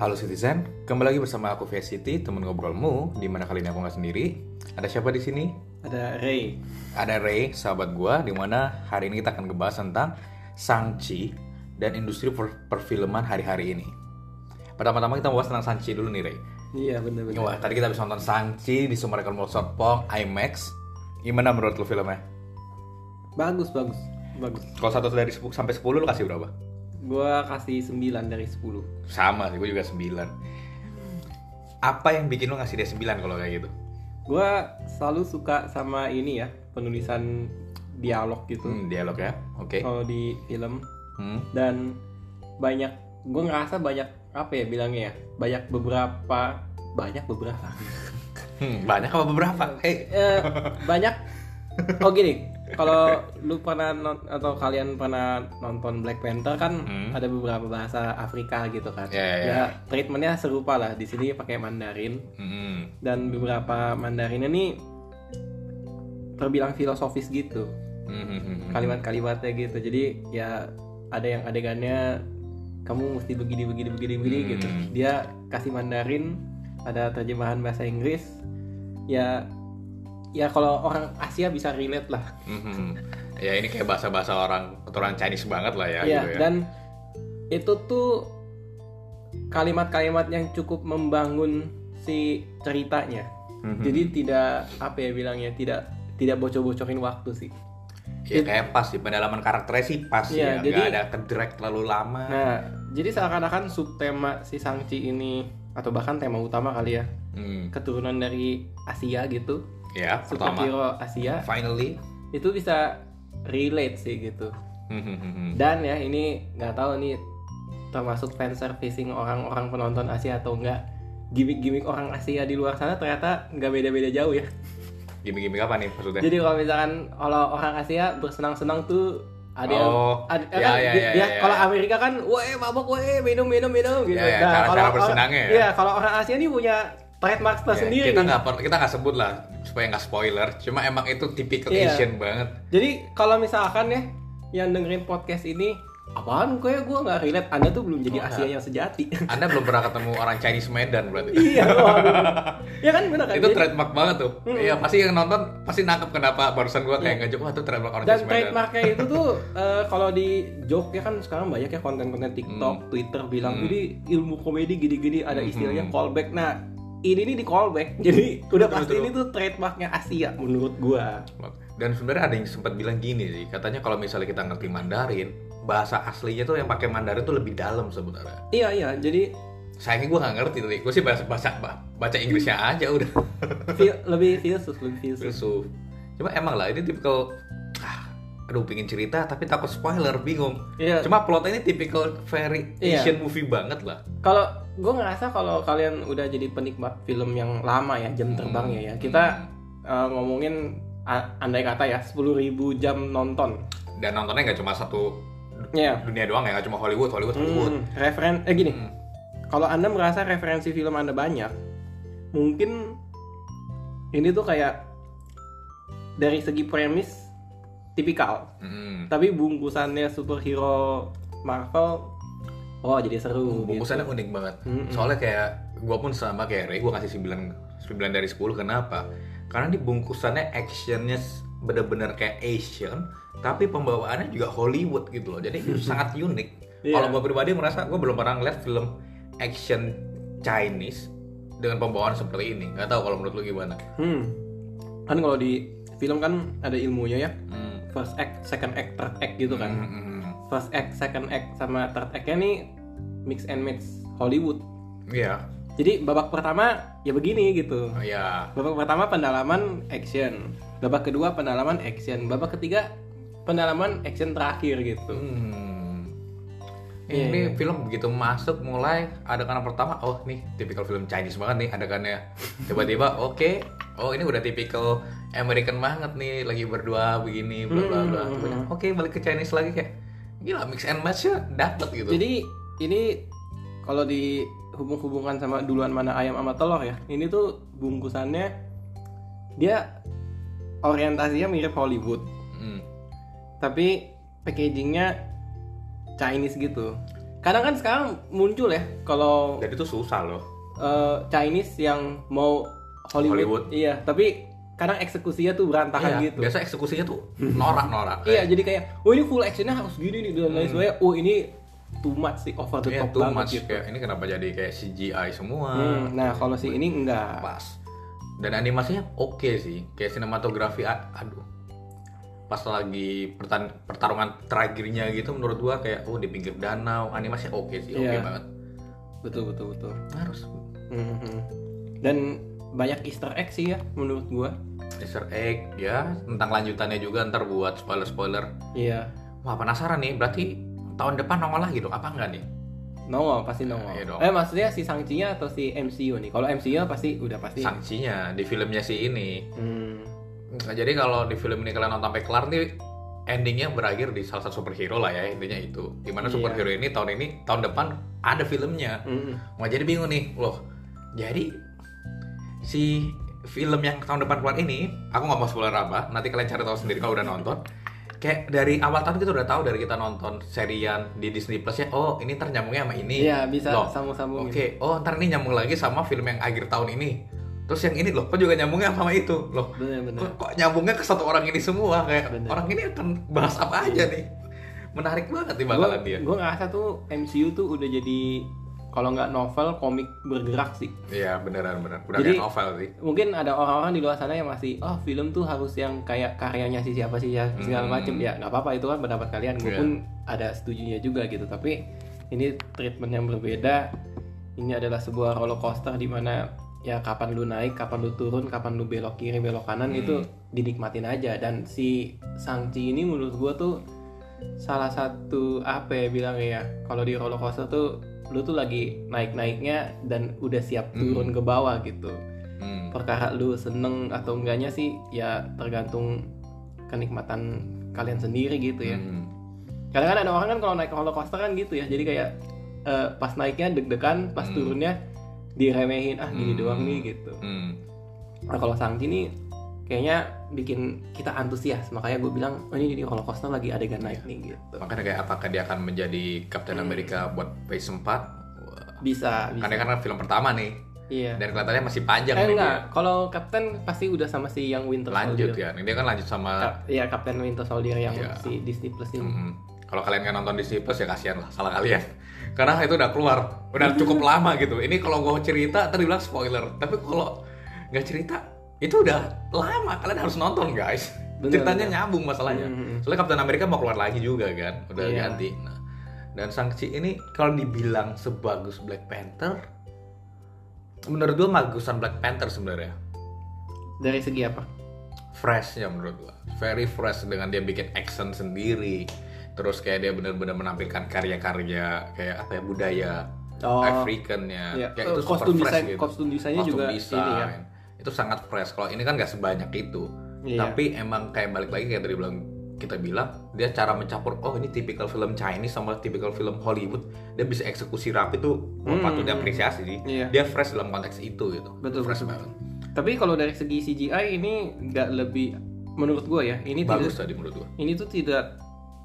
Halo Citizen, kembali lagi bersama aku City, temen ngobrolmu. Di mana kali ini aku nggak sendiri. Ada siapa di sini? Ada Ray. Ada Ray, sahabat gua. Di mana hari ini kita akan ngebahas tentang Shang-Chi dan industri perfilman hari-hari ini. Pertama-tama kita bahas tentang Shang-Chi dulu nih, Ray. Iya benar-benar. Wah, tadi kita habis nonton Shang-Chi di Summer Mall Shotpong IMAX. Gimana menurut lu filmnya? Bagus. Kalau 1 dari 10 sampai 10 lu kasih berapa? Gua kasih 9 dari 10. Sama sih, gue juga 9. Apa yang bikin lu ngasih dia 9 kalau kayak gitu? Gua selalu suka sama ini ya, penulisan dialog gitu. Dialog ya, oke. Kalau di film. Dan gue ngerasa banyak apa ya bilangnya ya? Banyak beberapa. Banyak apa beberapa? Banyak. Oh gini, kalau lu pernah atau kalian pernah nonton Black Panther kan ada beberapa bahasa Afrika gitu kan. Ya treatmentnya serupa lah. Di sini pakai Mandarin. Dan beberapa Mandarin ini terbilang filosofis gitu. Kalimat-kalimatnya gitu. Jadi ya ada yang adegannya kamu mesti begini gitu. Dia kasih Mandarin, ada terjemahan bahasa Inggris. Ya kalau orang Asia bisa relate lah. Ya ini kayak bahasa-bahasa orang keturunan Chinese banget lah ya. Iya, gitu ya. Dan itu tuh kalimat-kalimat yang cukup membangun si ceritanya. Jadi tidak apa ya bilangnya, tidak bocor-bocorin waktu sih. Ya kayak pas sih, pendalaman karakternya sih pas ya. Jadi, gak ada kedrag terlalu lama. Nah, jadi seakan-akan subtema si Shang-Chi ini, atau bahkan tema utama kali ya, keturunan dari Asia gitu. Ya, pertama superhero Asia finally itu bisa relate sih gitu. Dan ya ini nggak tahu nih termasuk fan servicing orang-orang penonton Asia atau enggak, gimmick-gimmick orang Asia di luar sana ternyata nggak beda-beda jauh ya. Gimmick apa nih maksudnya? Jadi kalau misalkan orang Asia bersenang-senang tuh ada kalau Amerika kan mabok minum gitu. Cara bersenangnya ya. Iya, kalau orang Asia nih punya trademark tersendiri. Kita nggak sebut lah supaya nggak spoiler. Cuma emang itu typical Asian banget. Jadi kalau misalkan ya yang dengerin podcast ini, apaan gue nggak relate. Anda tuh belum jadi Asia yang sejati. Anda belum pernah ketemu orang Chinese Medan berarti. Iya. Ya kan benar kan. Itu trademark banget tuh. Iya pasti yang nonton pasti nangkep kenapa barusan gue kayak ngejok itu trademark orang Chinese Medan. Dan trademarknya itu tuh kalau di joke ya kan sekarang banyak ya konten-konten TikTok, Twitter bilang jadi ilmu komedi gini-gini ada istilahnya callback. Nah ini nih di callback, jadi udah pasti ini tuh trademarknya Asia menurut gua. Dan sebenarnya ada yang sempat bilang gini sih, katanya kalau misalnya kita ngerti Mandarin, bahasa aslinya tuh yang pakai Mandarin tuh lebih dalam sebenarnya. Iya, jadi sayangnya gua nggak ngerti tadi, gua sih baca Inggrisnya aja udah. lebih filsuf. Cuma emang lah ini tipikal, pingin cerita tapi takut spoiler, bingung. Iya. Cuma plotnya ini tipikal very Asian movie banget lah. Kalau gue ngerasa kalau kalian udah jadi penikmat film yang lama ya, jam terbangnya ya, kita ngomongin andai kata ya 10.000 jam nonton. Dan nontonnya nggak cuma satu dunia doang ya, nggak cuma Hollywood. Gini, kalau Anda merasa referensi film Anda banyak, mungkin ini tuh kayak dari segi premis tipikal, tapi bungkusannya superhero Marvel, jadi seru. Bungkusannya gitu. unik banget. Soalnya kayak gue pun sama kayak Ray, gue ngasih 9 dari 10. Kenapa? Karena di bungkusannya actionnya bener-bener kayak Asian, tapi pembawaannya juga Hollywood gitu loh. Jadi sangat unik. Kalau gue pribadi merasa gue belum pernah ngeliat film action Chinese dengan pembawaan seperti ini. Gak tahu kalau menurut lu gimana? Kan kalau di film kan ada ilmunya ya. First act, second act, third act gitu kan. First act, second act sama third act-nya nih mix and match Hollywood. Iya. Jadi babak pertama ya begini gitu. Iya. Babak pertama pendalaman action. Babak kedua pendalaman action. Babak ketiga pendalaman action terakhir gitu. Ini film begitu masuk mulai adegan pertama, nih tipikal film Chinese banget nih adegannya. Tiba-tiba ini udah tipikal American banget nih, lagi berdua begini bla bla bla. Balik ke Chinese lagi kayak gila, mix and match ya dapet gitu. Jadi ini kalau dihubung-hubungkan sama duluan mana ayam sama telur ya, ini tuh bungkusannya dia orientasinya mirip Hollywood. Tapi packagingnya Chinese gitu. kadang kan sekarang muncul ya kalau jadi itu susah loh. Chinese yang mau Hollywood. Iya, tapi kadang eksekusinya tuh berantakan gitu. Biasa eksekusinya tuh norak-norak. Iya, jadi kayak ini full actionnya harus gini nih dan lain sebagainya. Ini too much sih, over the top banget gitu. Kayak ini kenapa jadi kayak CGI semua. Nah, kalau si ini enggak. Pas. Dan animasinya oke sih. Kayak sinematografi aduh. Pas lagi pertarungan terakhirnya gitu menurut gua kayak di pinggir danau, animasinya oke sih, oke banget. Betul. Harus. Dan banyak Easter egg sih ya menurut gua. Easter egg ya, tentang lanjutannya juga ntar buat spoiler. Iya. Wah, penasaran nih, berarti tahun depan nongol lagi dong, apa enggak nih? Nongol, pasti nongol. Iya dong. Maksudnya si Shang-Chi-nya atau si MCU nih? Kalau MCU pasti. Shang-Chi-nya di filmnya si ini. Nah, jadi kalau di film ini kalian nonton sampai kelar nih, endingnya berakhir di salah satu superhero lah ya, intinya itu. Dimana superhero ini tahun depan ada filmnya. Wah, jadi bingung nih, loh. Jadi si film yang tahun depan keluar ini, aku nggak mau spoiler apa, nanti kalian cari tahu sendiri kalau udah nonton. Kayak dari awal tahun kita udah tahu dari kita nonton serian di Disney Plus ya, ini ntar nyambungnya sama ini. Iya, bisa sambung-sambung. Oke, ntar ini nyambung lagi sama film yang akhir tahun ini. Terus yang ini loh, kok juga nyambungnya sama itu loh. Bener. Kok nyambungnya ke satu orang ini semua, kayak orang ini akan bahas apa aja nih. Menarik banget nih bakalan dia. Gue ngerasa tuh MCU tuh udah jadi kalau nggak novel, komik bergerak sih. Iya, beneran. Udah kayak novel sih. Mungkin ada orang-orang di luar sana yang masih, film tuh harus yang kayak karyanya si siapa sih ya, segala macem. Ya nggak apa-apa, itu kan pendapat kalian. Gue pun ada setujunya juga gitu. Tapi ini treatment yang berbeda. Ini adalah sebuah roller coaster di mana ya kapan lu naik, kapan lu turun, kapan lu belok kiri, belok kanan, itu dinikmatin aja. Dan si Shang-Chi ini menurut gue tuh salah satu kalau di roller coaster tuh lu tuh lagi naik-naiknya dan udah siap turun ke bawah gitu. Perkara lu seneng atau enggaknya sih ya tergantung kenikmatan kalian sendiri gitu ya. Kadang-kadang ada orang kan kalau naik roller coaster kan gitu ya, jadi kayak pas naiknya deg-degan, pas turunnya diremehin, gini doang nih gitu. Nah, kalau Shang-Chi nih kayaknya bikin kita antusias, makanya gue bilang ini di roller coaster lagi adegan naik nih gitu. Makanya kayak apakah dia akan menjadi Captain America buat phase 4? Bisa. Karena film pertama nih. Iya. Dan kelihatannya masih panjang nih. Enggak, kalau Captain pasti udah sama si yang Winter Soldier. Soldier. Lanjut ya, dia kan lanjut sama Captain Winter Soldier yang si Disney Plus ini. Kalau kalian nggak nonton Disney Plus ya kasihan lah, salah kalian. Karena itu udah keluar, udah cukup lama gitu. Ini kalau gue cerita tadi bilang spoiler, tapi kalau nggak cerita itu udah lama, kalian harus nonton guys. Ceritanya nyambung masalahnya. Soalnya Captain America mau keluar lagi juga kan, udah ganti. Nah, dan Shang-Chi ini kalau dibilang sebagus Black Panther, menurut gue bagusan Black Panther sebenarnya. Dari segi apa? Freshnya menurut gue, very fresh dengan dia bikin action sendiri. Terus kayak dia benar-benar menampilkan karya-karya kayak budaya African-nya. Kayak itu kostum super fresh desain, gitu. Kostum desainnya juga design. ini ya. Itu sangat fresh. Kalau ini kan nggak sebanyak itu. Tapi emang kayak balik lagi kayak tadi kita bilang, dia cara mencampur ini tipikal film Chinese sama tipikal film Hollywood. Dia bisa eksekusi rapi tuh patut diapresiasi sih. Dia fresh dalam konteks itu gitu. Betul, fresh betul. banget. Tapi kalau dari segi CGI ini nggak lebih, menurut gue ya, ini bagus tadi menurut gue. Ini tuh tidak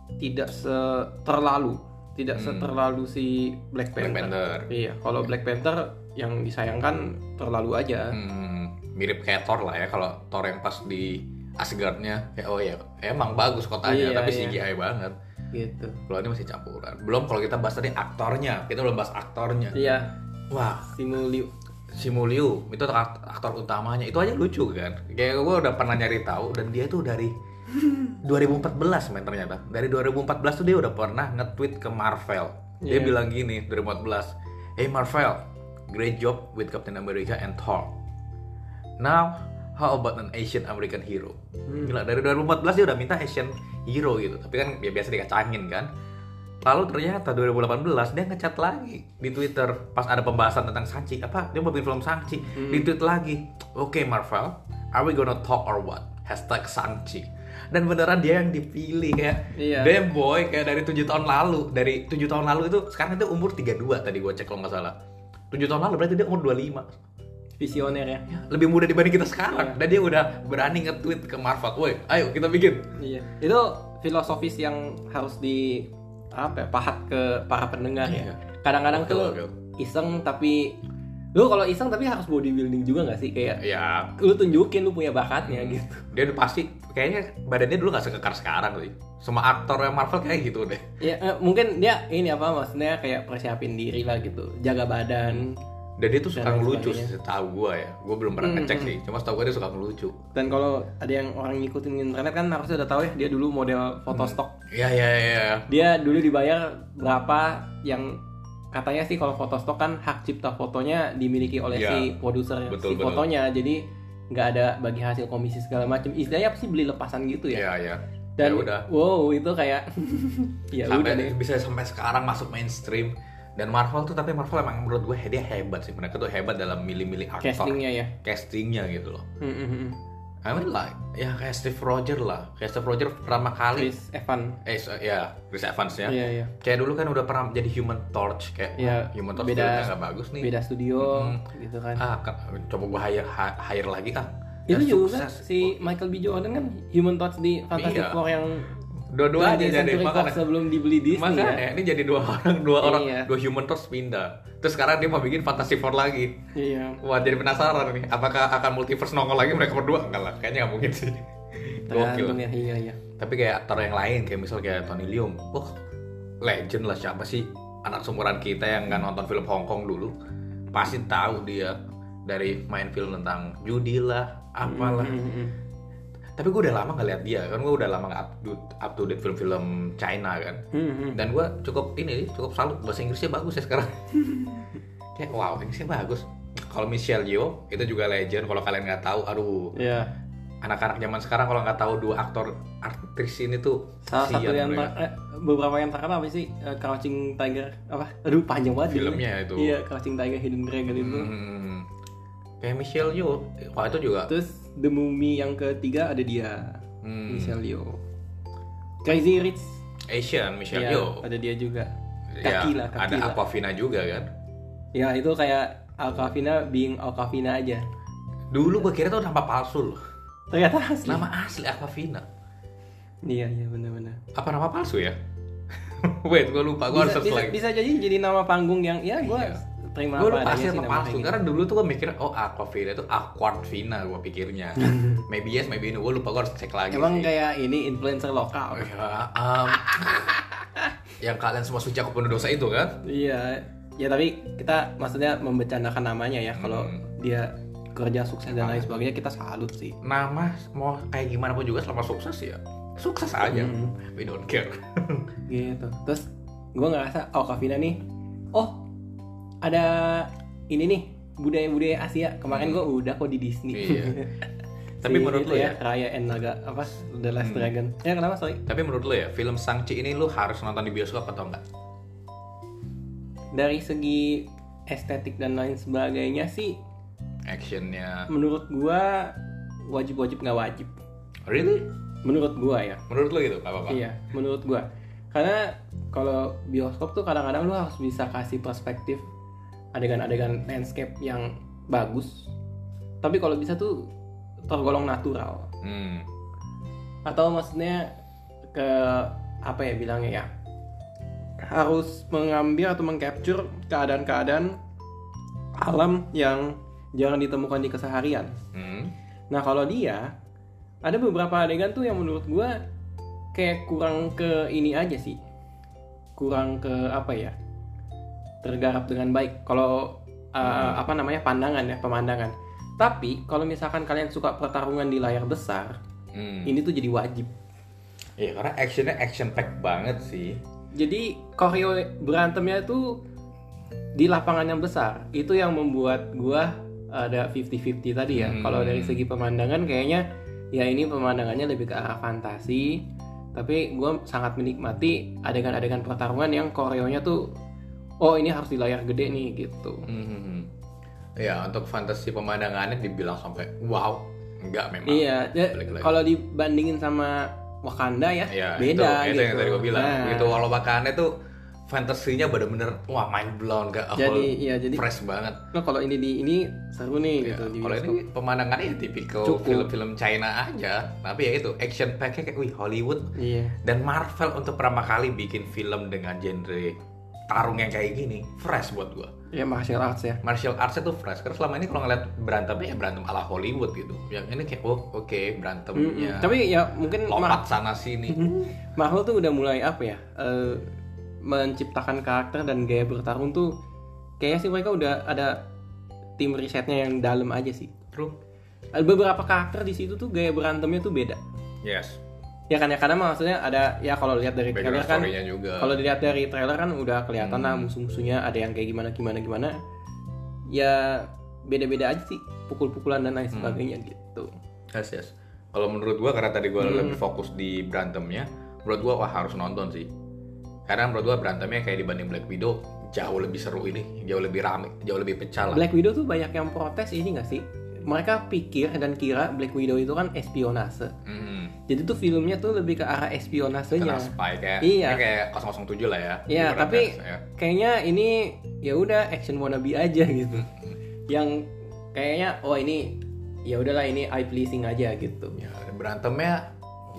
seterlalu si Black Panther. Iya, kalau Black Panther yang disayangkan terlalu aja. Mirip kayak Thor lah ya, kalau Thor yang pas di Asgard-nya emang bagus kotanya, tapi CGI banget. Gitu. Kalau ini masih campuran. Belum kalau kita bahas tadi aktornya, kita belum bahas aktornya. Iya. Wah, Simu Liu itu aktor utamanya, itu aja lucu kan. Kayak gue udah pernah nyari tahu dan dia tuh dari 2014 ternyata. Dari 2014 tuh dia udah pernah nge-tweet ke Marvel. Dia bilang gini, 2014, "Hey Marvel, great job with Captain America and Thor. Now, how about an Asian American hero?" Gila, dari 2014 dia udah minta Asian hero gitu. Tapi kan ya biasa dikacangin kan. Lalu ternyata 2018 dia ngecat lagi di Twitter pas ada pembahasan tentang Shang-Chi. Dia mau bikin film Shang-Chi. Di tweet lagi, "Okay Marvel, are we gonna talk or what? #Shang-Chi." Dan beneran dia yang dipilih kayak damn boy, kayak dari 7 tahun lalu. Dari 7 tahun lalu itu, sekarang itu umur 32 tadi gue cek kalau nggak salah. 7 tahun lalu berarti dia umur 25. Visioner ya. Lebih muda dibanding kita sekarang. Dan dia udah berani nge-tweet ke Marvel, "Woi, ayo kita bikin." Iya. Itu filosofis yang harus pahat ke para pendengar ya. Kadang-kadang Betul, tuh betul. iseng tapi lu kalau iseng tapi harus bodybuilding juga nggak sih, kayak Ya, lu tunjukin lu punya bakatnya gitu. dia udah pasti kayaknya badannya dulu gak sekekar sekarang sih. Semua aktor yang Marvel kayak gitu deh. Ya mungkin dia ini apa maksudnya kayak persiapin diri lah gitu, jaga badan. Dan dia tuh suka Dan lain ngelucu sebagainya. setahu gue ya. Gue belum pernah ngecek sih. Cuma setahu gue dia suka ngelucu. Dan kalau ada yang orang ngikutin internet kan harusnya udah tahu ya, dia dulu model foto stok. Iya. Dia dulu dibayar berapa, yang katanya sih kalau foto stok kan hak cipta fotonya dimiliki oleh Iya. si produser Betul. fotonya, jadi nggak ada bagi hasil komisi segala macam. Istilahnya apa sih, beli lepasan gitu ya. Iya. Dan Ya udah. wow itu kayak ya udah deh. Sampai bisa sampai sekarang masuk mainstream. Dan Marvel tuh, tapi Marvel emang menurut gue dia hebat sih. Mereka tuh hebat dalam milih-milih aktor. Castingnya gitu loh. I mean like, ya kayak Steve Rogers lah. Kayak Steve Rogers pertama kali Chris Evans. Chris Evans ya. Iya. Kayak dulu kan udah pernah jadi Human Torch. Kayak Iya, Human Torch beda- tuh gak bagus nih. Beda studio gitu kan. Coba gue hire lagi Itu Dan juga sukses. si Michael B. Jordan kan Human Torch di Fantastic Iya. Four yang Dua-duanya jadi Century Fox makanya. sebelum dibeli Disney Makanya ya. ini jadi dua orang, Iya. dua Human Torch pindah. Terus sekarang dia mau bikin Fantastic Four lagi. Iya. Wah, jadi penasaran nih, apakah akan multiverse nongol lagi mereka berdua? Enggak lah, kayaknya nggak mungkin sih. Tergantung Gokil. ya, iya. Tapi kayak aktor yang lain, kayak misal kayak Tony Leung, legend lah. Siapa sih anak seumuran kita yang nggak nonton film Hong Kong dulu? Pasti tahu dia dari main film tentang judi lah, apalah. Tapi gue udah lama nggak lihat dia, kan gue udah lama nggak up to date film-film China kan. Dan gue cukup salut, bahasa Inggrisnya bagus ya sekarang. Kayak wow, Inggrisnya bagus. Kalau Michelle Yeoh itu juga legend. Kalau kalian nggak tahu, aduh, Iya. anak-anak zaman sekarang kalau nggak tahu dua aktris ini tuh Salah satu kasihan yang mereka. beberapa yang terkenal apa sih? Crouching Tiger apa? Aduh panjang banget Filmnya itu. Iya, Crouching Tiger Hidden Dragon itu. Kayak Michelle Yeoh, wah itu juga. Terus The Mummy yang ketiga ada dia, Michelle Yeoh. Crazy Rich, Asian Michelle ya, Yeoh. ada dia juga. Ya, Kaki ada lah. Awkwafina juga kan. Ya itu kayak Awkwafina being Awkwafina aja. Dulu gue kira itu nama palsu loh. Ternyata asli. Nama asli Awkwafina. Iya benar-benar. Apa nama palsu ya? Wait, gue lupa. Gue harus search lagi. Bisa jadi nama panggung yang ya gue terima Gue apa lupa adanya sih sih nama nama palsu. kayak Karena dulu tuh gue mikir, oh Awkwafina itu Awkwafina gue pikirnya. Maybe yes, maybe no. Gue lupa, gue harus cek lagi. Emang sih. kayak ini influencer lokal. Ya, yang kalian semua suci aku penuh dosa itu kan? Iya. Ya tapi kita maksudnya membercandakan namanya ya, kalau dia kerja sukses dan lain sebagainya kita salut sih. Nama mau kayak gimana pun juga selama sukses ya sukses aja. We don't care. Gitu. Terus gue ngerasa Awkwafina nih, oh ada ini nih budaya-budaya Asia. Kemarin gue udah kok di Disney. Iya. Tapi menurut itu lo ya, Raya and Naga apa The Last Dragon. Ya kenapa sorry? tapi menurut lo ya, film Shang-Chi ini lo harus nonton di bioskop atau enggak? Dari segi estetik dan lain sebagainya sih, Actionnya, menurut gua wajib nggak wajib. really? Menurut gua ya. Menurut lo gitu, nggak apa-apa? Iya, menurut gua. Karena kalau bioskop tuh kadang-kadang lu harus bisa kasih perspektif adegan-adegan landscape yang bagus. Tapi kalau bisa tuh tergolong natural. Atau maksudnya ke apa ya bilangnya ya, harus mengambil atau mengcapture keadaan-keadaan alam yang jarang ditemukan di keseharian. Nah kalau dia ada beberapa adegan tuh yang menurut gua kayak kurang ke ini aja sih, kurang ke apa ya, tergarap dengan baik kalau apa namanya pemandangan. Tapi kalau misalkan kalian suka pertarungan di layar besar, ini tuh jadi wajib. Iya, karena actionnya action pack banget sih. Jadi koreo berantemnya tuh di lapangan yang besar. Itu yang membuat gua ada 50-50 tadi ya. Kalau dari segi pemandangan kayaknya ya ini pemandangannya lebih ke arah fantasi. Tapi gua sangat menikmati adegan-adegan pertarungan yang koreonya tuh, oh ini harus di layar gede nih gitu. Ya, untuk fantasi pemandangannya dibilang sampai wow, enggak memang. Iya, kalau dibandingin sama Wakanda ya, beda itu gitu. yang tadi gue bilang. Nah. Begitu walau Wakanda tuh fantasinya bener-bener wah mind blown gak jadi fresh banget. Nah kalau ini seru nih gitu di Kalau ini pemandangannya ya tipikal film-film China aja, tapi ya itu action packnya kayak wih Hollywood. Dan Marvel untuk pertama kali bikin film dengan genre tarung yang kayak gini fresh buat gua. Ya martial arts ya. Martial arts itu fresh. Karena selama ini kalau ngeliat berantemnya ya berantem ala Hollywood gitu. Yang ini kayak oke, berantemnya. Tapi ya mungkin lompat sana sini. Marvel tuh udah mulai apa ya? Menciptakan karakter dan gaya bertarung tuh kayaknya sih mereka udah ada tim risetnya yang dalam aja sih. True. Beberapa karakter di situ tuh gaya berantemnya tuh beda. Yes. Ya kan ya, karena maksudnya ada ya kalau lihat dari trailer kan, kalau dilihat dari trailer kan udah kelihatan lah musuh-musuhnya ada yang kayak gimana. Ya beda-beda aja sih, pukul-pukulan dan lain sebagainya gitu. Yes. Kalau menurut gua karena tadi gua lebih fokus di berantemnya, menurut gua wah harus nonton sih. Karena menurut gua berantemnya kayak dibanding Black Widow jauh lebih seru ini, jauh lebih rame, jauh lebih pecah lah. Black Widow tuh banyak yang protes ini nggak sih? Mereka pikir dan kira Black Widow itu kan espionase. Jadi tuh filmnya tuh lebih ke arah espionasenya. Karena spy kayak 007 lah ya. Iya, tapi kayaknya ini ya udah action wannabe aja gitu. Yang kayaknya ini ya udahlah ini eye pleasing aja gitu. Ya, berantemnya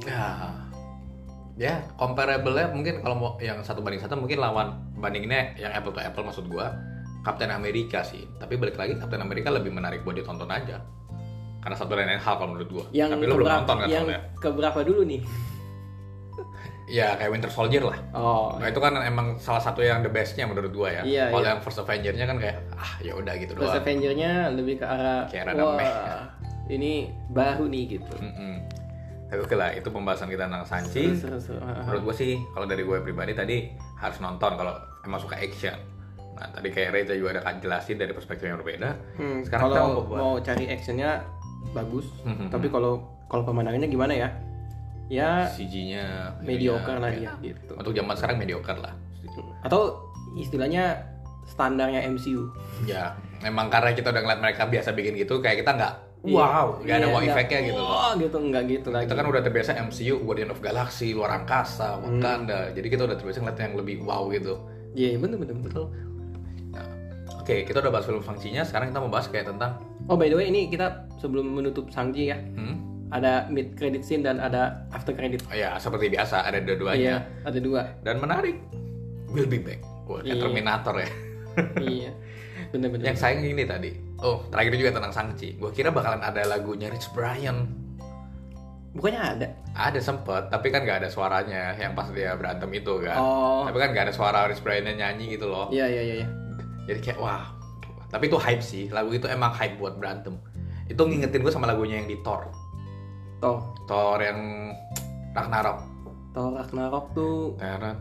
ya comparable-nya mungkin kalau mau yang 1 banding 1 mungkin lawan bandinginnya yang apple to apple maksud gua Captain America sih. Tapi balik lagi Captain America lebih menarik buat ditonton aja. Karena satu dan lain hal kalau menurut gua. Tapi lo belum nonton kan yang soalnya. Keberapa dulu nih? Ya kayak Winter Soldier lah. Nah, itu kan emang salah satu yang the bestnya menurut gua ya. Kalau yang First Avenger-nya kan kayak ya udah gitu doang. First Avenger-nya lebih ke arah ini baru nih gitu. Tapi oke lah, itu pembahasan kita tentang Shang-Chi. Menurut gue sih, kalau dari gue pribadi tadi harus nonton kalau emang suka action. Nah, tadi kayak Reza juga ada jelasin dari perspektif yang berbeda. Sekarang kalau mau cari actionnya bagus, tapi kalau pemandangannya gimana ya? Ya CG-nya mediocre lah ya gitu. Untuk zaman sekarang mediocre lah. Atau istilahnya standarnya MCU. Ya, memang karena kita udah ngeliat mereka biasa bikin gitu, kayak kita nggak ada wow effect-nya gitu loh. Enggak gitu lagi. Kita kan udah terbiasa MCU, Guardian of Galaxy, luar angkasa, Wakanda. Jadi kita udah terbiasa ngeliat yang lebih wow gitu. Iya, betul. Nah, oke, kita udah bahas film Shang-Chi-nya, sekarang kita mau bahas kayak tentang by the way, ini kita sebelum menutup Shang-Chi ya. Ada mid credit scene dan ada after credit. Ya, seperti biasa ada dua-duanya. Iya, ada 2. Dan menarik. Will be back. Kayak Terminator ya. Iya. Bener-bener. Yang sayang ini tadi. Terakhir juga tentang Shang-Chi. Gue kira bakalan ada lagunya Rich Brian. Bukannya ada? Ada sempet, tapi kan gak ada suaranya yang pas dia berantem itu kan. Tapi kan gak ada suara Rich Brian-nya nyanyi gitu loh. Iya. Jadi kayak wah. Tapi itu hype sih. Lagu itu emang hype buat berantem. Itu ngingetin gue sama lagunya yang di Thor. Thor yang Ragnarok. Thor Ragnarok tuh.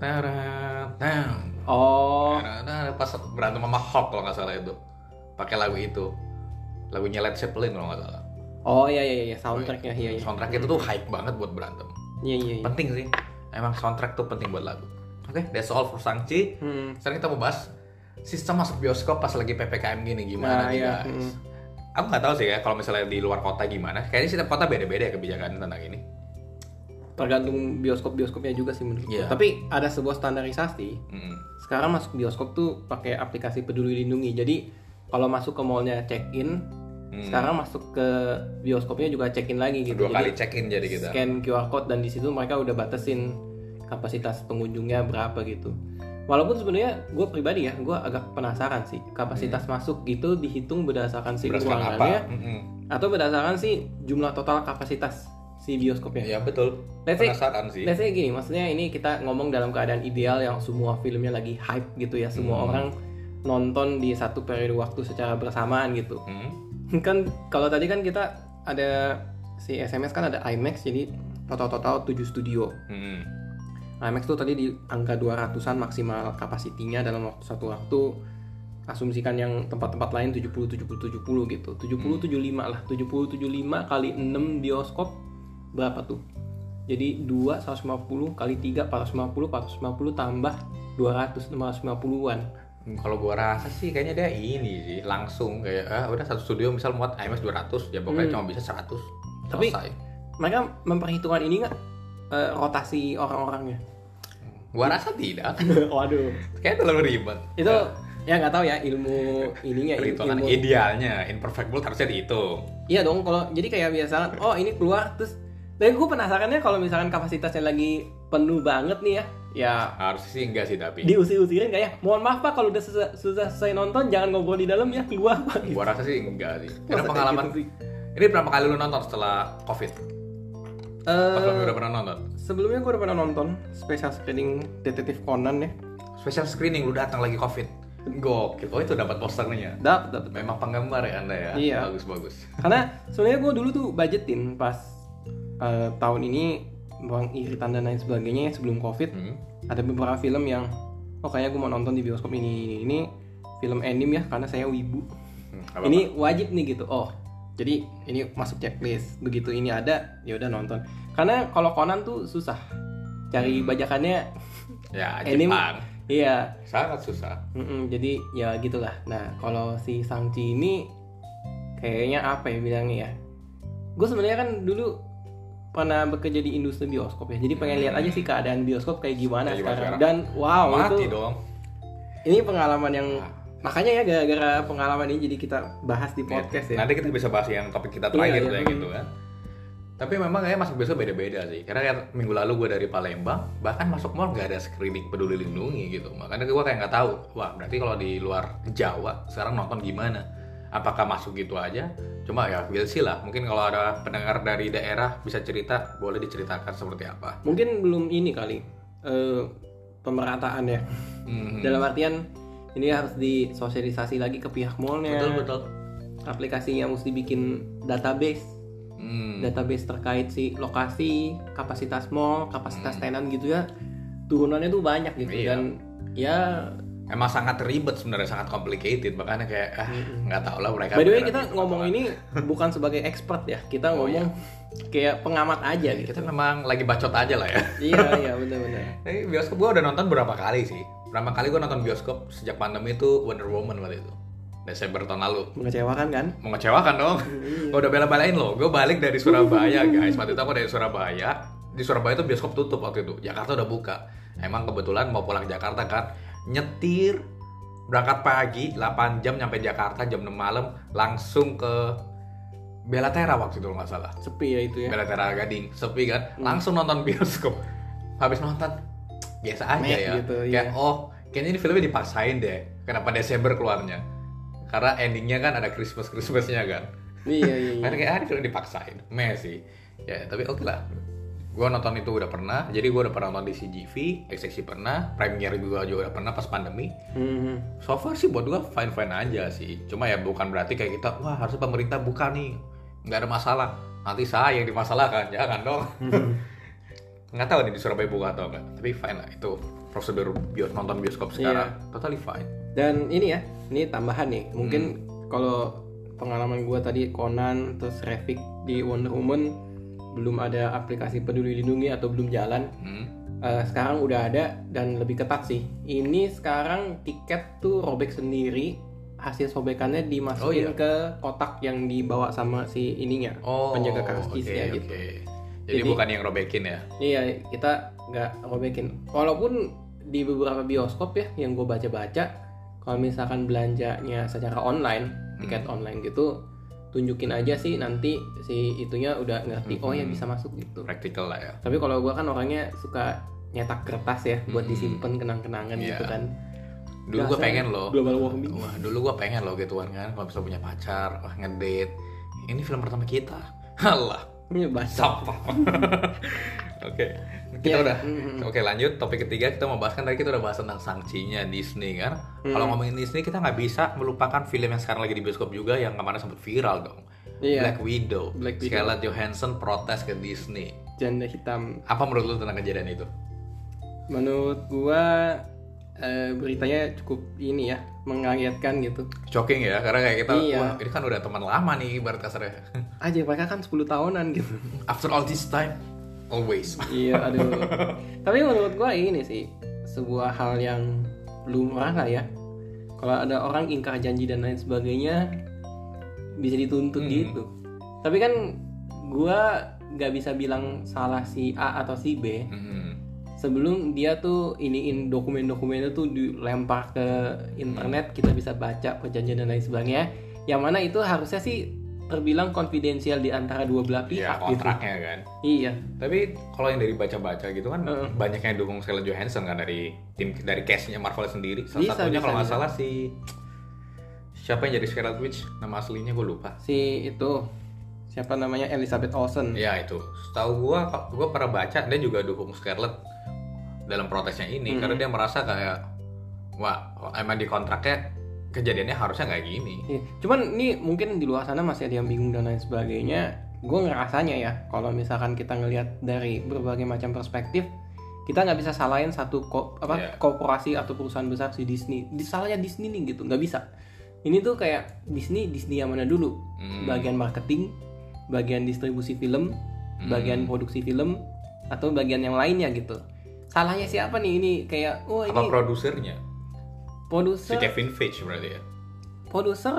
Pas berantem sama Hulk kalau nggak salah itu. Pakai lagu itu. Lagunya Led Zeppelin kalau nggak salah. Iya, soundtracknya iya. Soundtrack itu tuh hype banget buat berantem. Iya. Penting sih. Emang soundtrack tuh penting buat lagu. Oke, that's all for Shang-Chi. Sekarang kita mau bahas sistem masuk bioskop pas lagi PPKM gini gimana nih guys. Aku nggak tahu sih ya kalau misalnya di luar kota gimana. Kayaknya setiap kota beda-beda ya kebijakan tentang ini. Tergantung bioskopnya juga sih menurut gue. Tapi ada sebuah standarisasi. Sekarang masuk bioskop tuh pakai aplikasi Peduli Lindungi. Jadi kalau masuk ke mallnya check-in, sekarang masuk ke bioskopnya juga check-in lagi gitu. 2 kali check-in jadi kita. Scan QR code dan di situ mereka udah batasin kapasitas pengunjungnya berapa gitu. Walaupun sebenarnya gue pribadi ya, gue agak penasaran sih kapasitas masuk gitu dihitung berdasarkan si ruangannya atau berdasarkan si jumlah total kapasitas si bioskopnya. Ya betul. Penasaran sih. Let's say gini, maksudnya ini kita ngomong dalam keadaan ideal yang semua filmnya lagi hype gitu ya, semua orang nonton di satu periode waktu secara bersamaan gitu. Kan kalau tadi kan kita ada si SMS kan ada IMAX, jadi total 7 studio. IMAX tuh tadi di angka 200-an maksimal kapasitinya dalam satu waktu. Asumsikan yang tempat-tempat lain 70 gitu. 75 lah. 75 kali 6 bioskop berapa tuh? Jadi 2 150 kali 3 450 tambah 200 550-an. Kalau gua rasa sih kayaknya dia ini sih langsung kayak udah satu studio misal muat IMAX 200 ya pokoknya cuma bisa 100. Tapi mereka memperhitungkan ini nggak rotasi orang-orangnya? Gua rasa tidak. Waduh. Kayak terlalu ribet. Itu ya nggak tahu ya ilmu ininya. Perhitungan idealnya, imperfect world harusnya dihitung. Iya dong, kalau jadi kayak biasa, oh ini keluar terus. Dan gue penasarannya kalau misalkan kapasitasnya lagi penuh banget nih ya harusnya sih enggak sih tapi. Diusir-usirin kayak, mohon maaf Pak kalau udah susah selesai nonton jangan ngobrol di dalam ya keluar Pak. Gua rasa sih enggak sih. Karena pengalaman gitu sih. Ini berapa kali lu nonton setelah COVID? Pas lu udah pernah nonton? Sebelumnya gue udah pernah nonton special screening Detektif Conan ya. Special screening lu datang lagi COVID. Gokil. Oh itu dapat posternya. Dapat. Memang penggemar ya Anda ya. Iya. Bagus. Karena sebenarnya gue dulu tuh budgetin pas tahun ini Bang Iritan dan lain sebagainya sebelum COVID. Ada beberapa film yang kayaknya gue mau nonton di bioskop ini film anime ya karena saya wibu. Ini wajib nih gitu. Jadi ini masuk checklist. Begitu ini ada, ya udah nonton. Karena kalau Conan tuh susah cari bajakannya. Ya, anime, Jepang. Iya. Sangat susah. Jadi ya gitulah. Nah, kalau si Shang-Chi ini kayaknya apa ya bilangnya ya? Gue sebenarnya kan dulu pernah bekerja di industri bioskop ya. Jadi pengen lihat aja sih keadaan bioskop kayak gimana sekarang. Dan wow, mati itu dong. Ini pengalaman yang makanya ya gara-gara pengalaman ini jadi kita bahas di podcast ya. Nanti kita bisa bahas yang topik kita terakhir gitu kan. Tapi memang kayak masuk besok beda-beda sih. Karena kayak minggu lalu gue dari Palembang, bahkan masuk mall gak ada screening Peduli Lindungi gitu. Makanya gue kayak nggak tahu. Wah berarti kalau di luar Jawa sekarang nonton gimana? Apakah masuk gitu aja? Cuma ya we'll see lah. Mungkin kalau ada pendengar dari daerah bisa cerita, boleh diceritakan seperti apa. Mungkin belum ini kali pemerataan ya. Dalam artian ini harus disosialisasi lagi ke pihak mallnya. Betul. Aplikasinya mesti bikin database. Database terkait si lokasi, kapasitas mall, kapasitas tenan gitu ya. Turunannya tuh banyak gitu. Iya. Dan ya emang sangat ribet sebenarnya, sangat complicated, makanya kayak nggak tahu lah mereka. By the way kita ngomong ini bukan sebagai expert ya, kita ngomong kayak pengamat aja gitu. Kita memang lagi bacot aja lah ya. Iya benar-benar. Tapi bioskop gue udah nonton berapa kali sih? Berapa kali gue nonton bioskop sejak pandemi itu Wonder Woman waktu itu. Desember tahun lalu. Mengecewakan kan? Mengecewakan dong. Gue udah bela-belain loh. Gue balik dari Surabaya guys. Waktu itu aku dari Surabaya. Di Surabaya itu bioskop tutup waktu itu. Jakarta udah buka. Emang kebetulan mau pulang Jakarta kan. Nyetir berangkat pagi 8 jam nyampe Jakarta jam 6 malam langsung ke Bella Terra waktu itu nggak salah. Sepi ya itu ya. Bella Terra Gading sepi kan. Langsung nonton bioskop. Habis nonton biasa aja ya. Gitu, kayak kayaknya ini filmnya dipaksain deh. Kenapa Desember keluarnya? Karena endingnya kan ada Christmasnya kan. Iya. Karena kayak film dipaksain. Messi. Ya tapi oke lah. Gue nonton itu udah pernah, jadi gue udah pernah nonton di CGV, XXI pernah, Premiere juga udah pernah pas pandemi. So far sih buat gue fine-fine aja sih. Cuma ya bukan berarti kayak kita, wah harusnya pemerintah buka nih, nggak ada masalah. Nanti saya yang dimasalahkan, jangan dong. Nggak tahu nih di Surabaya buka atau enggak, tapi fine lah itu prosedur nonton bioskop sekarang, totally fine. Dan ini ya, ini tambahan nih, mungkin kalau pengalaman gue tadi Conan, terus Revik di Wonder Woman belum ada aplikasi Peduli Lindungi atau belum jalan. Sekarang udah ada dan lebih ketat sih. Ini sekarang tiket tuh robek sendiri, hasil sobekannya dimasukin ke kotak yang dibawa sama si ininya, penjaga karcisnya gitu. Jadi bukan yang robekin ya? Iya, kita nggak robekin. Walaupun di beberapa bioskop ya yang gue baca-baca, kalau misalkan belanjanya secara online, tiket online gitu, tunjukin aja sih nanti si itunya udah ngerti ya bisa masuk gitu. Praktikal lah ya. Tapi kalau gue kan orangnya suka nyetak kertas ya buat disimpan kenang-kenangan gitu kan. Dulu gue pengen loh. Global warming. Wah, dulu gue pengen loh gituan kan. Kalau bisa punya pacar, ngedate. Ini film pertama kita. Halah. Ini sampah. Oke. Kita udah. Oke, lanjut topik ketiga, kita mau bahas kan tadi kita udah bahas tentang Shang-Chi-nya Disney kan. Kalau ngomongin Disney kita nggak bisa melupakan film yang sekarang lagi di bioskop juga yang kemarin sempat viral dong. Black Widow. Scarlett Johansson protes ke Disney. Janda hitam. Apa menurut lu tentang kejadian itu? Menurut gua beritanya cukup ini ya, mengagetkan gitu. Shocking ya, karena kayak kita wah ini kan udah teman lama nih ibarat kasarnya. Aja mereka kan 10 tahunan gitu. After all this time, always. Iya, aduh. Tapi menurut gua ini sih sebuah hal yang lumrah lah ya. Kalau ada orang ingkar janji dan lain sebagainya bisa dituntut gitu. Tapi kan gua nggak bisa bilang salah si A atau si B. sebelum dia tuh iniin dokumen-dokumennya tuh dilempar ke internet, kita bisa baca perjanjian dan lain sebagainya, yang mana itu harusnya sih terbilang konfidensial di antara dua belah pihak kontraknya gitu. Kan. Iya. Tapi kalau yang dari baca-baca gitu kan banyak yang dukung Scarlett Johansson kan dari tim dari cast-nya Marvel sendiri. Salah satunya kalau nggak salah si siapa yang jadi Scarlet Witch, nama aslinya gue lupa. Si itu siapa namanya, Elizabeth Olsen. Ya itu. Setahu gue pernah baca dia juga dukung Scarlett dalam protesnya ini karena dia merasa kayak wah emang di kontraknya kejadiannya harusnya nggak gini. Cuman ini mungkin di luar sana masih ada yang bingung dan lain sebagainya. Gue ngerasanya ya, kalau misalkan kita ngelihat dari berbagai macam perspektif, kita nggak bisa salahin satu korporasi atau perusahaan besar si Disney. Salahnya Disney nih gitu, nggak bisa. Ini tuh kayak Disney yang mana dulu? Bagian marketing, bagian distribusi film, bagian produksi film, atau bagian yang lainnya gitu. Salahnya siapa nih ini? Kayak apa ini produsernya? Produser si Kevin Feige berarti ya. Produser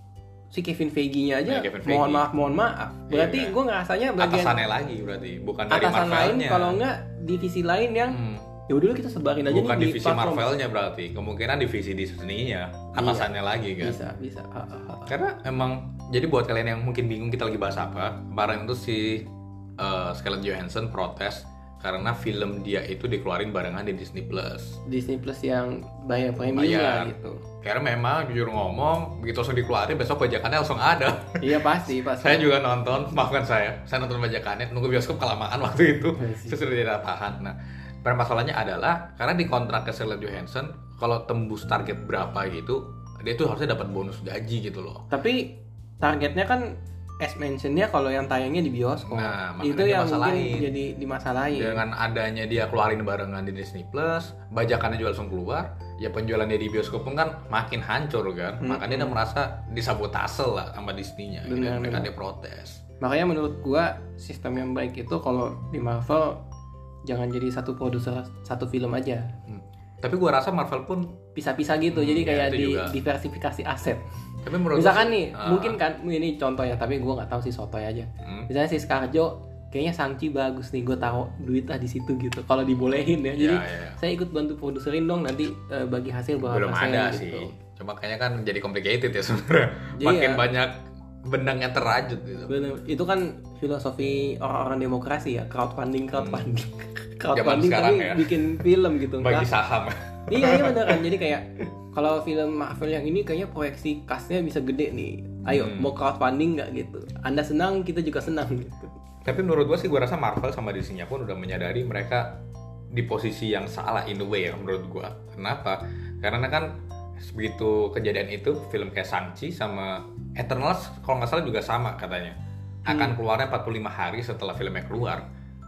si Kevin Feige-nya aja. Mohon maaf. Berarti gue ngerasanya bagian atasannya lagi berarti, bukan dari atasan Marvelnya. Lain kalau enggak divisi lain yang ya udah kita sebarin aja bukan nih divisi di Marvelnya berarti. Kemungkinan divisi Disney-nya atasannya lagi kan. Bisa. Karena emang jadi buat kalian yang mungkin bingung kita lagi bahas apa, kemarin itu si Scarlett Johansson protes karena film dia itu dikeluarin barengan di Disney Plus. Disney Plus yang bayar premium lah gitu. Karena memang jujur ngomong begitu langsung dikeluarin besok bajakannya langsung ada. Iya pasti. Saya juga nonton, maafkan saya nonton bajakannya, nunggu bioskop kelamaan waktu itu. Saya sudah tidak tahan. Nah, permasalahannya adalah karena di kontrak Scarlett Johansson kalau tembus target berapa gitu, dia tuh harusnya dapat bonus gaji gitu loh. Tapi targetnya kan as mentioned-nya kalau yang tayangnya di bioskop. Nah, itu yang mungkin jadi dimasalahin. Dengan adanya dia keluarin barengan di Disney Plus, bajakannya juga langsung keluar, ya penjualannya di bioskop pun kan makin hancur kan. Makanya dia merasa disabotase lah sama Disney-nya. Mereka dia protes. Makanya menurut gua sistem yang baik itu kalau di Marvel jangan jadi satu produser satu film aja. Tapi gua rasa Marvel pun pisah-pisah gitu. Jadi kayak diversifikasi aset. Tapi menurut misalkan nih, mungkin kan ini contohnya, tapi gue nggak tahu sih sotoy aja. Misalnya si Scarjo, kayaknya Shang-Chi bagus nih, gue taruh duit lah di situ gitu. Kalau dibolehin ya, jadi saya ikut bantu produserin dong nanti bagi hasil berapa belum ada gitu. Sih. Cuma kayaknya kan jadi complicated ya sebenarnya. Makin banyak benang yang terrajut gitu. Bener. Itu kan filosofi orang-orang demokrasi ya, crowdfunding. Crowdfunding tapi ya. Bikin film gitu. Bagi saham. Iya beneran. Jadi kayak kalau film Marvel yang ini kayaknya proyeksi cast-nya bisa gede nih. Ayo, mau crowdfunding nggak gitu? Anda senang, kita juga senang gitu. Tapi menurut gue sih, gue rasa Marvel sama Disney-nya pun udah menyadari mereka di posisi yang salah in a way ya menurut gue. Kenapa? Karena kan begitu kejadian itu, film kayak Shang-Chi sama Eternals kalau nggak salah juga sama katanya. Akan keluarnya 45 hari setelah filmnya keluar.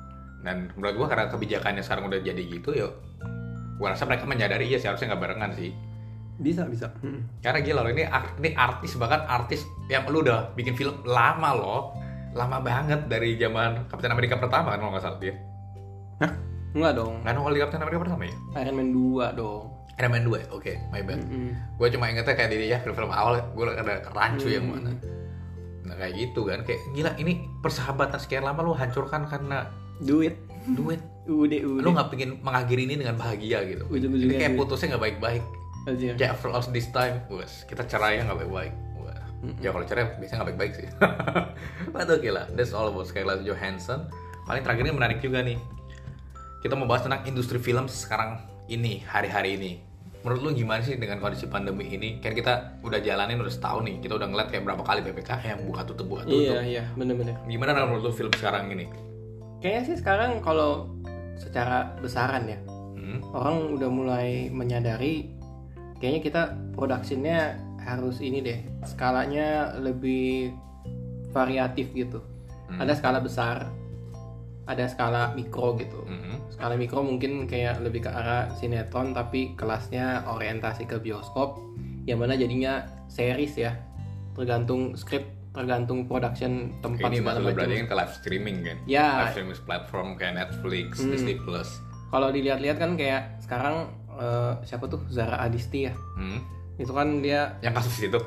Dan menurut gue karena kebijakannya sekarang udah jadi gitu, yuk. Gue rasa mereka menyadari ya seharusnya nggak barengan sih. Bisa. Karena gila loh, ini artis, bahkan artis yang lu udah bikin film lama loh. Lama banget dari zaman Kapten Amerika pertama kan kalau nggak salah dia. Hah? Enggak dong. Nggak nongol di Kapten Amerika pertama ya? Iron Man 2 dong. Iron Man 2 ya? Oke, my bad. Gue cuma ingetnya kayak di film-film awal, gue ada rancu yang mana. Nah kayak gitu kan, kayak gila ini persahabatan sekian lama lu hancurkan karena duit. Udah. Lu nggak pengen mengakhiri ini dengan bahagia gitu. Ini kayak putusnya nggak baik-baik. Ya after all this time, kita cerai nggak baik-baik. Ya kalau cerai biasanya nggak baik-baik sih. But okay lah, that's all about Scarlett Johansson. Paling terakhir ini menarik juga nih. Kita mau bahas tentang industri film sekarang ini, hari-hari ini. Menurut lu gimana sih dengan kondisi pandemi ini? Kan kita udah jalanin udah setahun nih. Kita udah ngeliat kayak berapa kali PPKM buka tutup. Iya, bener-bener. Gimana menurut lu film sekarang ini? Kayaknya sih sekarang kalau secara besaran ya, orang udah mulai menyadari kayaknya kita produksinya harus ini deh, skalanya lebih variatif gitu. Ada skala besar, ada skala mikro gitu. Skala mikro mungkin kayak lebih ke arah sinetron tapi kelasnya orientasi ke bioskop, yang mana jadinya series ya, tergantung skrip, tergantung production tempat ini segala macam. Ini berarti kan ke live streaming kan? Ya. Live streaming platform kayak Netflix, Disney Plus. Kalau dilihat-lihat kan kayak sekarang siapa tuh Zara Adisti ya? Itu kan dia yang kasus itu.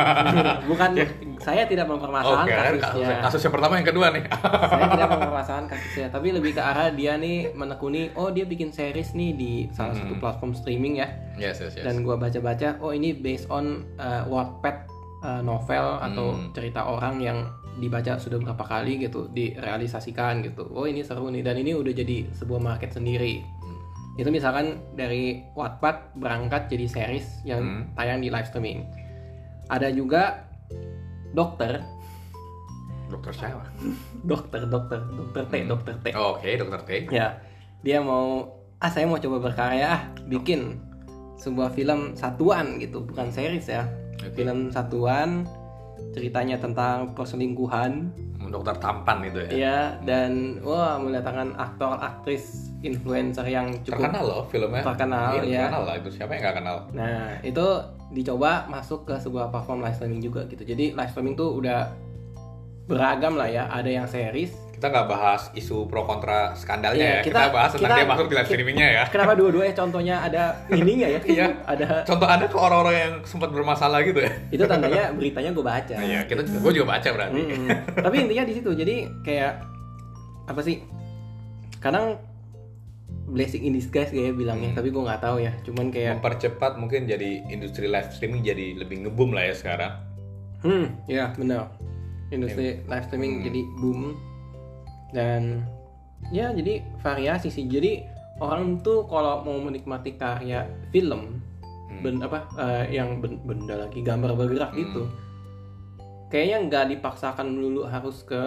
bukan saya tidak mempermasalahkan kasusnya. Kasus yang pertama yang kedua nih. Saya tidak mempermasalahkan artisnya, tapi lebih ke arah dia nih menekuni, oh dia bikin series nih di salah satu platform streaming ya. Yes. Dan gua baca-baca, oh ini based on Wattpad novel atau cerita orang yang dibaca sudah berapa kali gitu, direalisasikan gitu. Oh ini seru nih, dan ini udah jadi sebuah market sendiri. Itu misalkan dari Wattpad berangkat jadi series yang tayang di live streaming. Ada juga dokter siapa? dokter T. Oke, dokter T. Ya, dia saya mau coba berkarya bikin sebuah film satuan gitu, bukan series ya. Okay. Film satuan, ceritanya tentang perselingkuhan. Dokter tampan itu ya. Iya, dan mendatangkan aktor, aktris, influencer yang cukup terkenal loh filmnya. Terkenal ya. Terkenal lah, itu siapa yang nggak kenal. Nah, itu dicoba masuk ke sebuah platform live streaming juga gitu. Jadi live streaming tuh udah beragam lah ya. Ada yang series. Kita nggak bahas isu pro kontra skandalnya ya. Kita bahas tentang dia masuk di live streamingnya ya. Kenapa dua-duanya contohnya ada ininya ya? Iya. Ada. Contoh Anda ke orang-orang yang sempat bermasalah gitu ya. Itu tandanya beritanya gue baca. Iya, gue juga baca berarti. Tapi intinya di situ. Jadi kayak apa sih? Kadang blessing in disguise kayak bilangnya, tapi gue nggak tahu ya. Cuman kayak mempercepat mungkin jadi industri live streaming jadi lebih ngebum lah ya sekarang. Ya benar. Industri live streaming jadi boom, dan ya jadi variasi sih. Jadi orang tuh kalau mau menikmati karya film yang benda lagi gambar bergerak gitu, kayaknya nggak dipaksakan dulu harus ke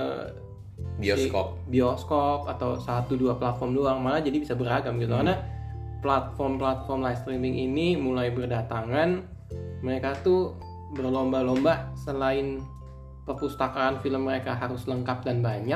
bioskop atau 1-2 platform doang, malah jadi bisa beragam gitu. Karena platform live streaming ini mulai berdatangan, mereka tuh berlomba-lomba, selain perpustakaan film mereka harus lengkap dan banyak,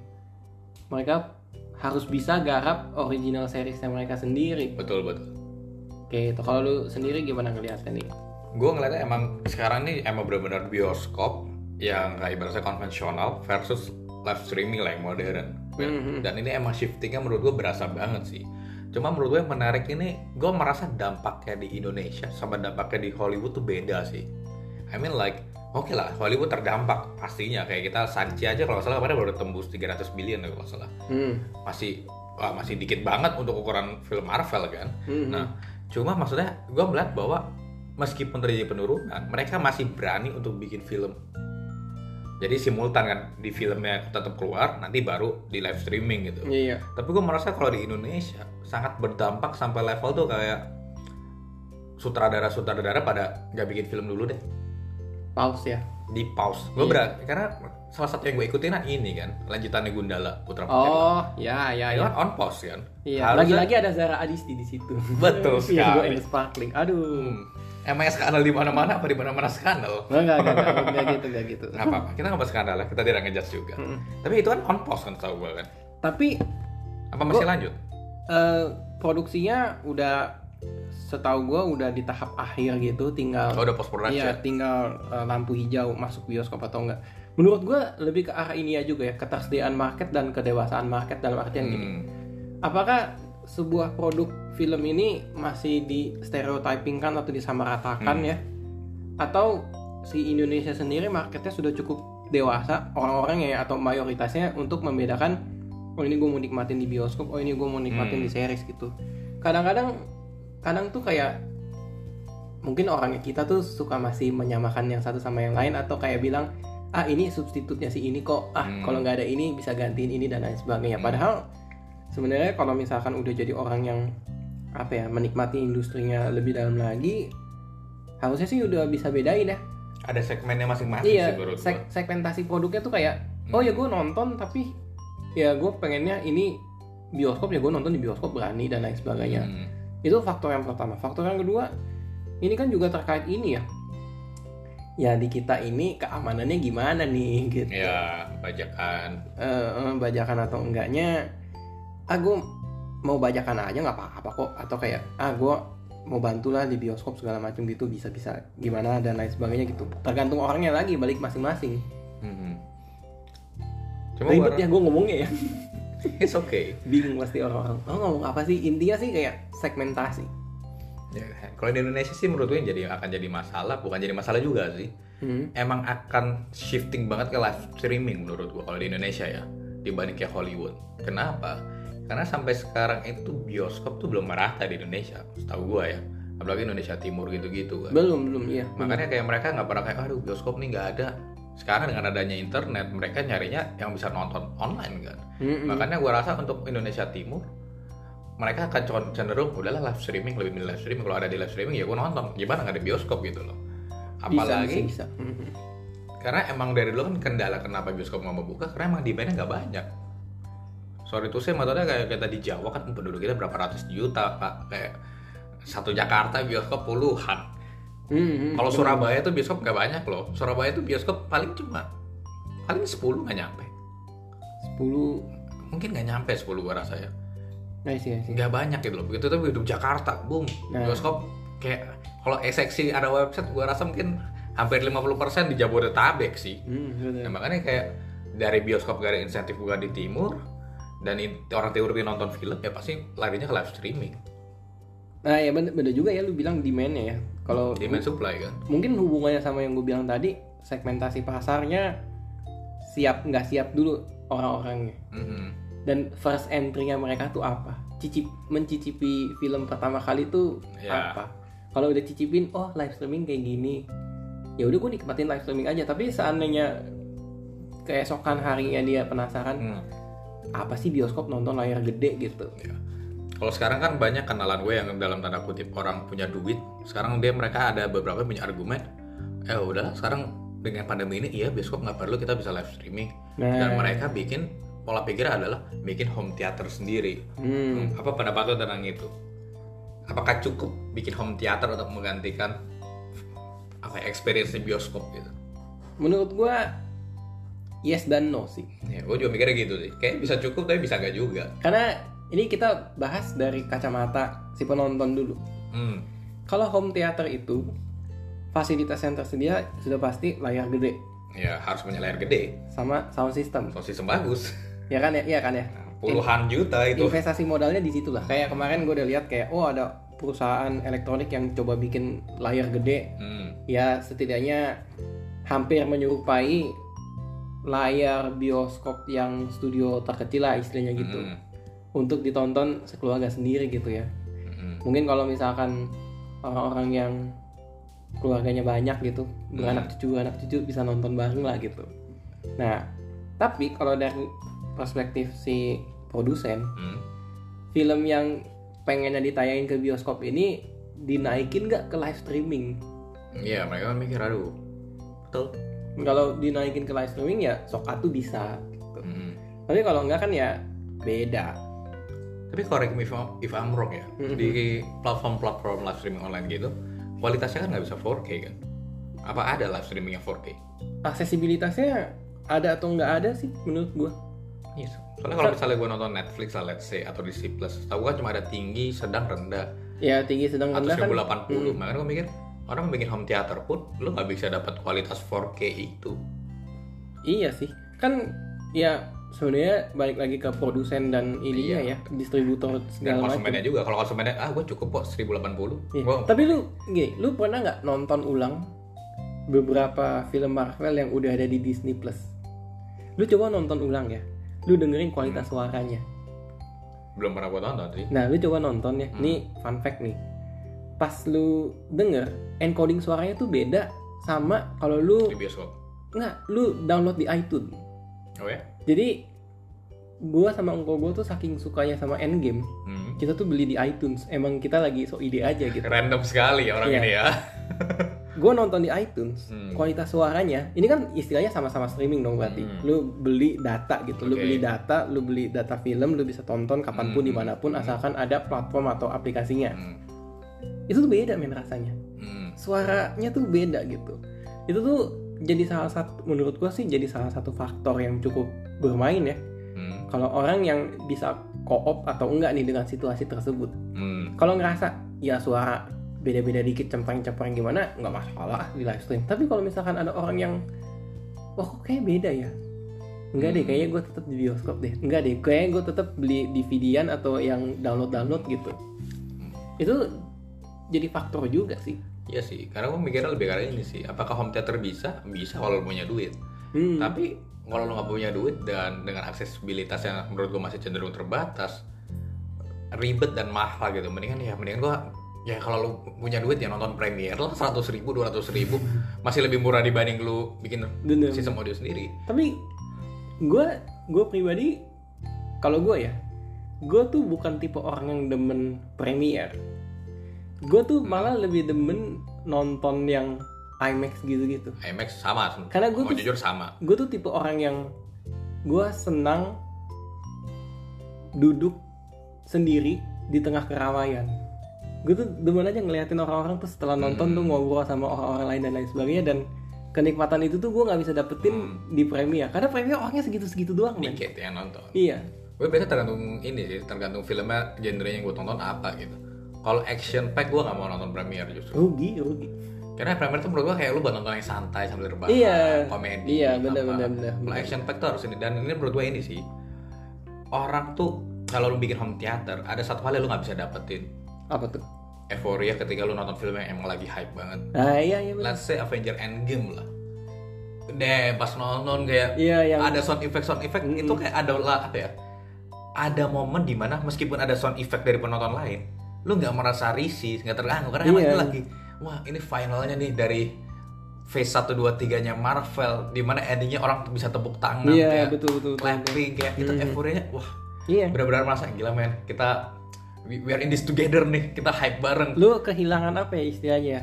mereka harus bisa garap original seriesnya mereka sendiri. Betul. Oke, itu kalau lu sendiri gimana ngeliatnya nih? Gue ngeliatnya emang sekarang nih emang benar-benar bioskop yang kayak ibaratnya konvensional versus live streaming lah yang modern. Dan ini emang shiftingnya menurut gue berasa banget sih. Cuma menurut gue yang menarik ini, gue merasa dampaknya di Indonesia sama dampaknya di Hollywood tuh beda sih. I mean like, oke lah, Hollywood terdampak pastinya. Kayak kita Shang-Chi aja kalau nggak salah kemarin baru tembus 300 billion kalau nggak salah. Masih dikit banget untuk ukuran film Marvel kan. Nah, cuma maksudnya gue melihat bahwa meskipun terjadi penurunan, mereka masih berani untuk bikin film. Jadi simultan kan, di filmnya tetap keluar, nanti baru di live streaming gitu. Iya. Tapi gue merasa kalau di Indonesia sangat berdampak sampai level tuh kayak sutradara pada nggak bikin film dulu deh. Pause ya. Di pause. Gue karena salah satu yang gue ikutin kan ini kan, lanjutannya Gundala Putra Putri. Oh, ya. Itu kan on pause kan. Iya. Lagi-lagi ada Zara Adisti di situ. Betul sekali. Sparkling. Aduh. Emang skandal di mana-mana apa di mana-mana skandal? Enggak gitu. Nggak apa-apa. Kita nggak bahas skandal lah. Kita tidak ngejudge juga. Tapi itu kan on pause kan, tahu gue kan. Tapi apa masih lanjut? Produksinya udah, setahu gue udah di tahap akhir gitu, tinggal udah post production. Iya, tinggal lampu hijau masuk bioskop atau enggak. Menurut gue lebih ke arah ini ya juga ya, ketersediaan market dan kedewasaan market, dalam artian gini. Apakah sebuah produk film ini masih di stereotypingkan atau disamaratakan ya? Atau si Indonesia sendiri marketnya sudah cukup dewasa, orang-orang ya atau mayoritasnya untuk membedakan, oh ini gue mau nikmatin di bioskop, oh ini gue mau nikmatin di series gitu. Kadang tuh kayak mungkin orangnya kita tuh suka masih menyamakan yang satu sama yang lain, atau kayak bilang ini substitutnya si ini kok, kalau nggak ada ini bisa gantiin ini dan lain sebagainya. Padahal sebenarnya kalau misalkan udah jadi orang yang menikmati industrinya lebih dalam lagi, harusnya sih udah bisa bedain ya. Ada segmennya masing-masing sih menurut segmentasi produknya tuh kayak ya gue nonton, tapi ya gue pengennya ini bioskop, ya gue nonton di bioskop berani dan lain sebagainya. Itu faktor yang pertama. Faktor yang kedua, ini kan juga terkait ini ya di kita ini keamanannya gimana nih gitu. Ya, bajakan atau enggaknya, gue mau bajakan aja nggak apa-apa kok, atau kayak gue mau bantulah di bioskop segala macam gitu, bisa gimana dan lain sebagainya gitu. Tergantung orangnya lagi, balik masing-masing. Ribet ya gue ngomongnya ya. It's okay. Bingung pasti orang-orang. Ngomong apa sih? Intinya sih kayak segmentasi. Ya, kalau di Indonesia sih menurut gue akan jadi masalah, bukan jadi masalah juga sih. Emang akan shifting banget ke live streaming menurut gue kalau di Indonesia ya. dibanding kayak Hollywood. Kenapa? Karena sampai sekarang itu bioskop tuh belum merata di Indonesia, setahu gua ya. Apalagi Indonesia Timur gitu-gitu kan. Belum iya. Makanya kayak mereka nggak pernah kayak, aduh bioskop nih nggak ada. Sekarang dengan adanya internet, mereka nyarinya yang bisa nonton online kan. Makanya gua rasa untuk Indonesia Timur, mereka akan cenderung udahlah live streaming, lebih milih live streaming. Kalau ada di live streaming ya gua nonton. Gimana nggak ada bioskop gitu loh. Apalagi bisa. karena emang dari dulu kan kendala kenapa bioskop nggak mau buka, karena emang demandnya nggak banyak. Sorry tuh saya maksudnya kayak kita di Jawa kan penduduk kita berapa ratus juta pak, kayak satu Jakarta bioskop puluhan. Kalau Surabaya tuh bioskop nggak banyak loh. Surabaya tuh bioskop paling 10 nggak nyampe. 10 mungkin nggak nyampe 10 gua rasa ya. I see. Nggak banyak gitu loh. Begitu tuh hidup Jakarta, boom. Bioskop kayak kalau seksi ada website gua rasa mungkin hampir 50% di Jabodetabek sih. Nah, makanya kayak dari bioskop gak ada insentif buka di timur, dan orang timur nonton film ya pasti larinya ke live streaming. Nah ya bener juga ya lu bilang demand-nya ya. Kalau demand supply kan. Mungkin hubungannya sama yang gue bilang tadi, segmentasi pasarnya siap nggak siap dulu orang-orangnya. Dan first entry-nya mereka tuh apa? Mencicipi film pertama kali tuh apa? Kalau udah cicipin, oh live streaming kayak gini, ya udah gue nikmatin live streaming aja. Tapi seandainya keesokan harinya dia penasaran, apa sih bioskop nonton layar gede gitu. Ya. Kalau sekarang kan banyak kenalan gue yang dalam tanda kutip orang punya duit. Sekarang mereka ada beberapa punya argumen, udahlah sekarang dengan pandemi ini iya bioskop nggak perlu, kita bisa live streaming. Dan mereka bikin pola pikir adalah bikin home theater sendiri. Apa pendapat lo tentang itu? Apakah cukup bikin home theater untuk menggantikan experience di bioskop gitu? Menurut gue yes dan no sih. Ya, gue juga mikirnya gitu sih. Kayak bisa cukup tapi bisa gak juga. Karena ini kita bahas dari kacamata si penonton dulu. Kalau home theater itu fasilitas yang tersedia sudah pasti layar gede. Ya harus punya layar gede. Sama sound system. Sound system bagus. Ya kan ya, iya kan ya. Puluhan juta itu. Investasi modalnya di situ lah. Kayak kemarin gue udah lihat kayak ada perusahaan elektronik yang coba bikin layar gede. Ya setidaknya hampir menyerupai layar bioskop yang studio terkecil lah istilahnya gitu. Untuk ditonton sekeluarga sendiri gitu ya. Mungkin kalau misalkan orang-orang yang keluarganya banyak gitu, beranak cucu bisa nonton bareng lah gitu. Nah, tapi kalau dari perspektif si produsen, film yang pengennya ditayangin ke bioskop ini dinaikin nggak ke live streaming? Iya, mereka kan mikir aduh, betul. Kalau dinaikin ke live streaming ya sok atuh bisa. Gitu. Tapi kalau nggak kan ya beda. Tapi correct me if I'm wrong ya, di platform live streaming online gitu, kualitasnya kan nggak bisa 4K kan? Apa ada live streaming yang 4K? Aksesibilitasnya ada atau nggak ada sih menurut gue? Yes. Soalnya kalau misalnya gue nonton Netflix lah, let's say, atau Disney Plus, tahu kan cuma ada tinggi, sedang, rendah. Ya tinggi, sedang, rendah kan. 1080. Makanya gue mikir orang bikin home theater pun lo nggak bisa dapat kualitas 4K itu. Iya sih, kan ya sebenarnya balik lagi ke produsen dan ininya ya, distributor segala macam. Dan konsumennya juga. Kalau konsumennya gue cukup kok 1080. Iya. Tapi lu pernah nggak nonton ulang beberapa film Marvel yang udah ada di Disney Plus? Lu coba nonton ulang ya. Lu dengerin kualitas suaranya. Belum pernah gue tonton sih. Nah, lu coba nonton ya. Nih fun fact nih. Pas lu denger, encoding suaranya tuh beda sama kalau lu di bioskop. Nggak, lu download di iTunes. Oh ya? Jadi gua sama engkau gua tuh saking sukanya sama Endgame, kita tuh beli di iTunes. Emang kita lagi so ide aja gitu. Random sekali orang ini ya. Gue nonton di iTunes, kualitas suaranya, ini kan istilahnya sama-sama streaming dong berarti. Lu beli data gitu, lu beli data film, lu bisa tonton kapanpun dimanapun asalkan ada platform atau aplikasinya. Itu tuh beda men rasanya. Suaranya tuh beda gitu. Itu tuh jadi salah satu, menurut gue sih jadi salah satu faktor yang cukup bermain ya. Kalau orang yang bisa co-op atau enggak nih dengan situasi tersebut. Kalau ngerasa ya suara beda-beda dikit, cempreng-cempreng gimana, nggak masalah di live stream. Tapi kalau misalkan ada orang yang, wah kok kayak beda ya, enggak deh, kayaknya gue tetap di bioskop deh, enggak deh, kayaknya gue tetap beli DVD-an atau yang download gitu. Itu jadi faktor juga sih. Iya sih, karena gue mikirnya lebih karena ini sih, apakah home theater bisa kalau punya duit. Tapi kalau lu nggak punya duit dan dengan aksesibilitas yang menurut gue masih cenderung terbatas, ribet dan mahal gitu, mendingan gue ya kalau lu punya duit ya nonton Premiere lah 100.000, 200.000 masih lebih murah dibanding lu bikin sistem audio sendiri. Tapi gue pribadi, kalau gue tuh bukan tipe orang yang demen Premiere. Gue tuh malah lebih demen nonton yang IMAX gitu-gitu. IMAX sama. Karena gue tuh jujur sama. Gue tuh tipe orang yang gue senang duduk sendiri di tengah keramaian. Gue tuh demen aja ngeliatin orang-orang tuh setelah nonton tuh ngobrol sama orang-orang lain dan lain sebagainya, dan kenikmatan itu tuh gue nggak bisa dapetin di Premiere, karena Premiere orangnya segitu-segitu doang. Dikit yang nonton. Iya. Gue biasa tergantung filmnya, genrenya yang gue tonton apa gitu. Kalau action pack gue nggak mau nonton Premiere justru. Rugi. Karena Premiere tuh menurut gue kayak lu buat nonton yang santai sambil rebahan, komedi. Iya, benar. Kalau action pack tuh harus ini, dan ini menurut gue ini sih. Orang tuh kalau lu bikin home theater, ada satu hal yang lu nggak bisa dapetin. Apa tuh? Euforia ketika lu nonton film yang emang lagi hype banget. Iya benar. Let's say Avenger Endgame lah. Deh pas nonton kayak ada sound effect itu kayak ada apa ya? Ada momen dimana meskipun ada sound effect dari penonton lain, lu nggak merasa risih, nggak terganggu karena emang itu lagi. Wah ini finalnya nih dari phase 1, 2, 3-nya Marvel, dimana endingnya orang bisa tepuk tangan, kayak betul, clapping, kayak itu euforianya, wah benar-benar merasa gila men, kita we are in this together nih, kita hype bareng. Lu kehilangan apa ya istilahnya?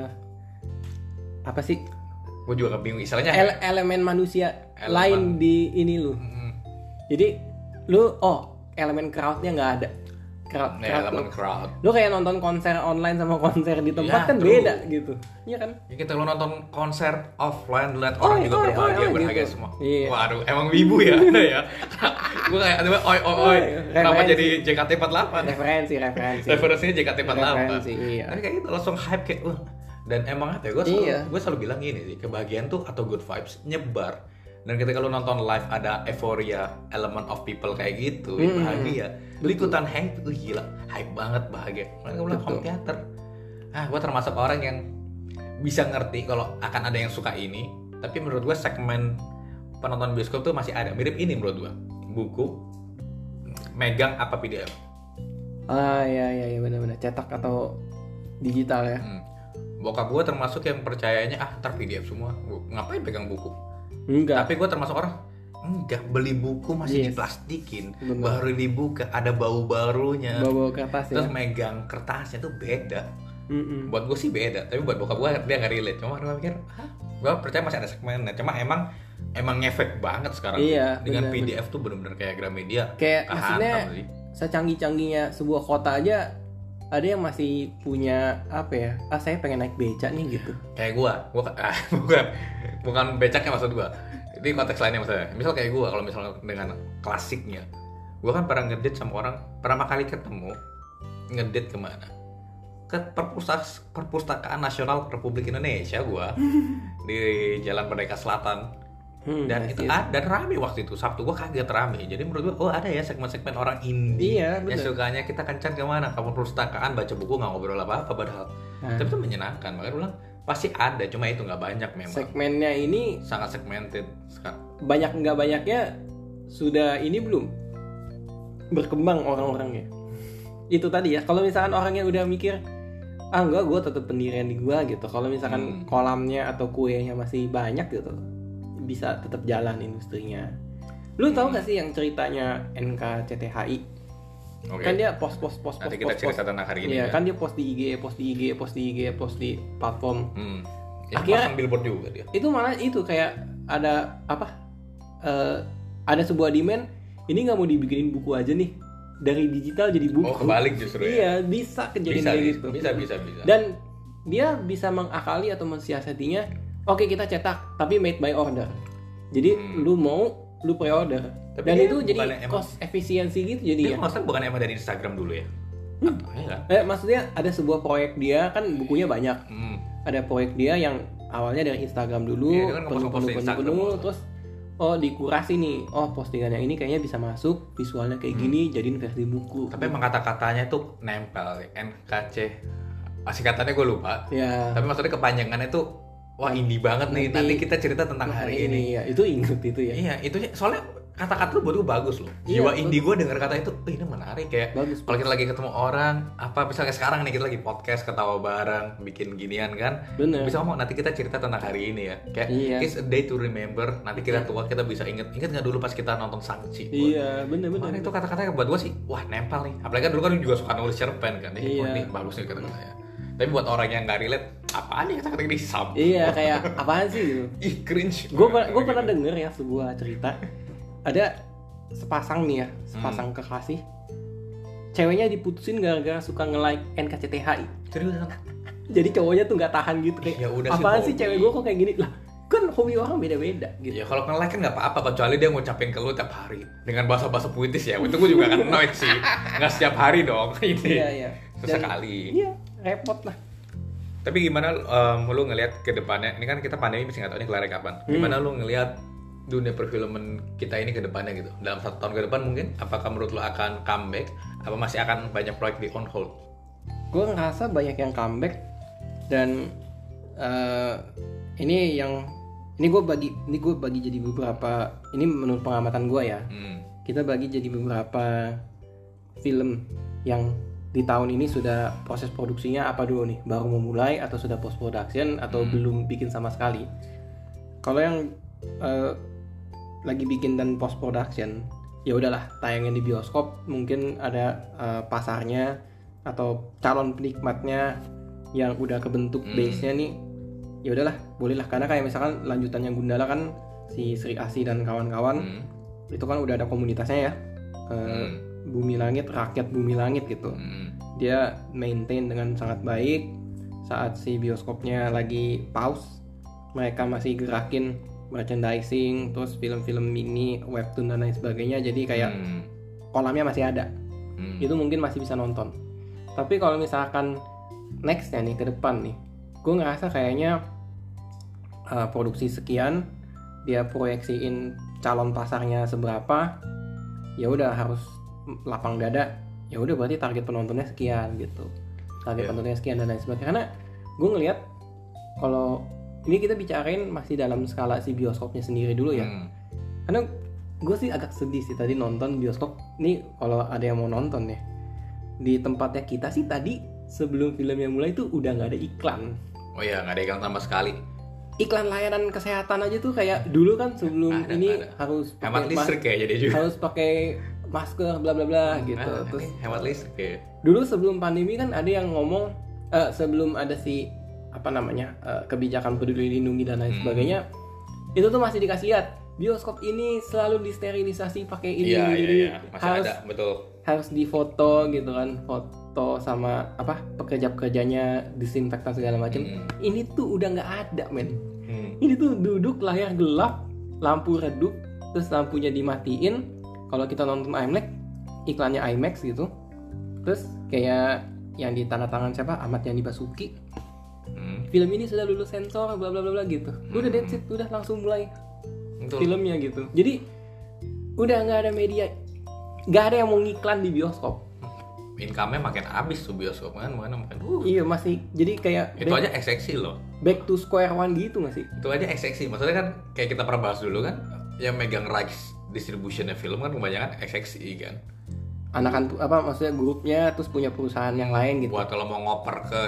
Apa sih? Gue juga bingung istilahnya. Elemen manusia lain di ini lu. Jadi lu elemen crowdnya nggak ada. Elemen crowd. Lu kayak nonton konser online sama konser di tempat kan beda gitu. Iya kan? Ya kita lu nonton konser offline, lihat orang juga berbahagia gitu. semua. Iya. Waduh, emang wibu ya Anda ya. Gue kayak kenapa jadi JKT48? Referensinya JKT48. Iya. Tapi kayak gitu langsung hype kayak dan emang apa ya, gue selalu bilang gini sih, kebahagiaan tuh atau good vibes nyebar. Dan ketika lu nonton live ada euforia, element of people kayak gitu, bahagia, lu ikutan hype, gila, hype banget, bahagia. Makanya gue bilang home theater. Gue termasuk orang yang bisa ngerti kalau akan ada yang suka ini, tapi menurut gue segmen penonton bioskop tuh masih ada. Mirip ini menurut gue, buku, megang apa PDF. Iya benar-benar, cetak atau digital ya. Bokap gue termasuk yang percayanya ntar PDF semua, ngapain pegang buku? Enggak. Tapi gue termasuk orang beli buku masih diplastikin, baru dibuka ada bau-barunya, bau kertas terus megang kertasnya tuh beda. Buat gue sih beda, tapi buat bokap gue dia nggak relate. Cuma gue pikir gue percaya masih ada segmennya. Cuma emang ngefek banget sekarang dengan PDF tuh bener-bener kayak Gramedia. Kayak maksudnya secanggih-canggihnya sebuah kota aja ada yang masih punya apa ya? Saya pengen naik beca nih gitu. Kayak gue bukan becaknya maksud gue. Ini konteks lainnya maksudnya. Misal kayak gue, kalau misalnya dengan klasiknya, gue kan pernah ngedate sama orang, pertama kali ketemu ngedate kemana? Ke Perpustakaan Nasional Republik Indonesia gue di Jalan Merdeka Selatan. Dan itu dan rame waktu itu, Sabtu gue kaget rame. Jadi menurut gue ada ya segmen-segmen orang indie yang sukanya kita kencan kemana, ke perpustakaan baca buku, nggak ngobrol apa-apa padahal. Tapi itu menyenangkan. Makanya gue bilang pasti ada, cuma itu nggak banyak memang. Segmennya ini sangat segmented. Banyak nggak banyaknya sudah ini belum berkembang orang-orangnya. Itu tadi ya. Kalau misalkan orangnya udah mikir enggak, gue tetap pendirian di gue gitu. Kalau misalkan kolamnya atau kuenya masih banyak gitu, bisa tetap jalan industrinya. Lu tahu gak sih yang ceritanya NKCTHI? Kan dia post. Nanti kita cerita tentang hari ini. Iya, kan dia post di IG, post di platform. Akhirnya pasang billboard juga dia. Itu malah itu kayak ada apa? Ada sebuah demand, ini nggak mau dibikinin buku aja nih, dari digital jadi buku. Kebalik justru ya. Iya, bisa kejadian kayak gitu. Bisa. Dan dia bisa mengakali atau mensiasatinya. Oke, kita cetak tapi made by order. Jadi lu pre-order. Tapi dan itu jadi cost efisiensi gitu jadi ya. Dia maksudnya bukan emang dari Instagram dulu ya? Maksudnya ada sebuah proyek dia kan bukunya banyak. Ada proyek dia yang awalnya dari Instagram dulu, penuh, terus dikurasi nih. Postingan yang ini kayaknya bisa masuk, visualnya kayak gini, jadiin versi buku. Tapi emang kata-katanya tuh nempel, NKC. Singkatannya gue lupa. Ya. Tapi maksudnya kepanjangannya tuh wah indie banget nih, nanti kita cerita tentang hari ini. Ya, itu inget itu ya. Iya, itu soalnya kata-kata lu buat gue bagus loh. Jiwa indie gue denger kata itu, ini menarik kayak. Kalau kita lagi ketemu orang, apa misalnya sekarang nih kita lagi podcast ketawa bareng, bikin ginian kan. Bener. Bisa ngomong nanti kita cerita tentang hari ini ya. Kayak it's a day to remember. Nanti kita tua kita bisa inget nggak dulu pas kita nonton Shang-Chi. Iya, bener. Itu kata-kata yang buat gue sih, wah nempel nih. Apalagi kan dulu kan juga suka nulis cerpen kan. Ini bagus nih kata-katanya. Tapi buat orang yang nggak relate, apaan nih kata-kata ini sam? Iya, kayak apaan sih gitu. Ih cringe. Gue pernah denger ya sebuah cerita. Ada sepasang nih ya, sepasang kekasih. Ceweknya diputusin gara-gara suka nge-like NKCTHI. Seriusan? Jadi cowoknya tuh nggak tahan gitu kayak. Ya udah apaan sih cewek gue kok kayak gini? Lah, kan hobi orang beda-beda gitu. Ya kalau nge-like kan nggak apa-apa, kecuali dia ngucapin ke lu tiap hari dengan bahasa-bahasa puitis ya. Itu gue juga kan annoyed sih. Nggak setiap hari dong ini. Iya. Sesekali. Iya, repot lah. Tapi gimana lu ngelihat ke depannya? Ini kan kita pandemi masih nggak tahu ini kelar kapan. Gimana lu ngelihat dunia perfilman kita ini ke depannya gitu? Dalam 1 tahun ke depan mungkin, apakah menurut lu akan comeback? Apa masih akan banyak proyek di on hold? Gue ngerasa banyak yang comeback dan ini gue bagi jadi beberapa, ini menurut pengamatan gue ya. Kita bagi jadi beberapa film yang di tahun ini sudah proses produksinya apa dulu nih, baru memulai atau sudah post production atau belum bikin sama sekali. Kalau yang lagi bikin dan post production, ya udahlah tayangin di bioskop, mungkin ada pasarnya atau calon penikmatnya yang udah kebentuk base-nya nih, ya udahlah bolehlah, karena kayak misalkan lanjutannya Gundala kan si Sri Asih dan kawan-kawan itu kan udah ada komunitasnya ya. Bumi Langit, rakyat Bumi Langit gitu. Dia maintain dengan sangat baik. Saat si bioskopnya lagi pause, mereka masih gerakin merchandising, terus film-film mini, webtoon dan lain sebagainya. Jadi kayak kolamnya masih ada. Itu mungkin masih bisa nonton. Tapi kalau misalkan nextnya nih ke depan nih, gue ngerasa kayaknya produksi sekian, dia proyeksiin calon pasarnya seberapa, ya udah harus lapang dada, ya udah berarti target penontonnya sekian gitu, penontonnya sekian dan lain sebagainya. Karena gue ngelihat kalau ini kita bicarain masih dalam skala si bioskopnya sendiri dulu ya. Karena gue sih agak sedih sih tadi nonton bioskop. Nih kalau ada yang mau nonton ya, di tempatnya kita sih tadi sebelum filmnya mulai tuh udah nggak ada iklan. Oh iya, nggak ada iklan sama sekali. Iklan layanan kesehatan aja tuh kayak dulu kan sebelum ini harus hemat listrik ya, jadi juga harus pakai masker bla bla bla gitu. Terus hemat listrik ya. Dulu sebelum pandemi kan ada yang ngomong sebelum ada si kebijakan peduli lindungi dan lain sebagainya, itu tuh masih dikasih lihat bioskop ini selalu disterilisasi pakai ini. Iya. Masih harus, ada, betul. Harus difoto gitu kan, foto sama pekerja-pekerjanya, disinfektan segala macam. Ini tuh udah nggak ada men. Ini tuh duduk layar gelap, lampu redup, terus lampunya dimatiin. Kalau kita nonton IMAX, iklannya IMAX gitu. Terus kayak yang di tanda tangan siapa, Ahmad Yani Basuki, film ini sudah lulus sensor bla bla bla gitu. Udah that's it, udah langsung mulai filmnya gitu. Jadi udah nggak ada media, nggak ada yang mau ngiklan di bioskop. Income-nya makin habis tuh bioskop kan, makin Iya masih, jadi kayak itu aja ekseksi loh. Back to square one gitu nggak sih? Itu aja ekseksi, maksudnya kan kayak kita pernah bahas dulu kan, yang megang rights distributionnya film kan kebanyakan ekseksi kan. Anakan maksudnya grupnya terus punya perusahaan yang lain gitu. Buat kalau mau ngoper ke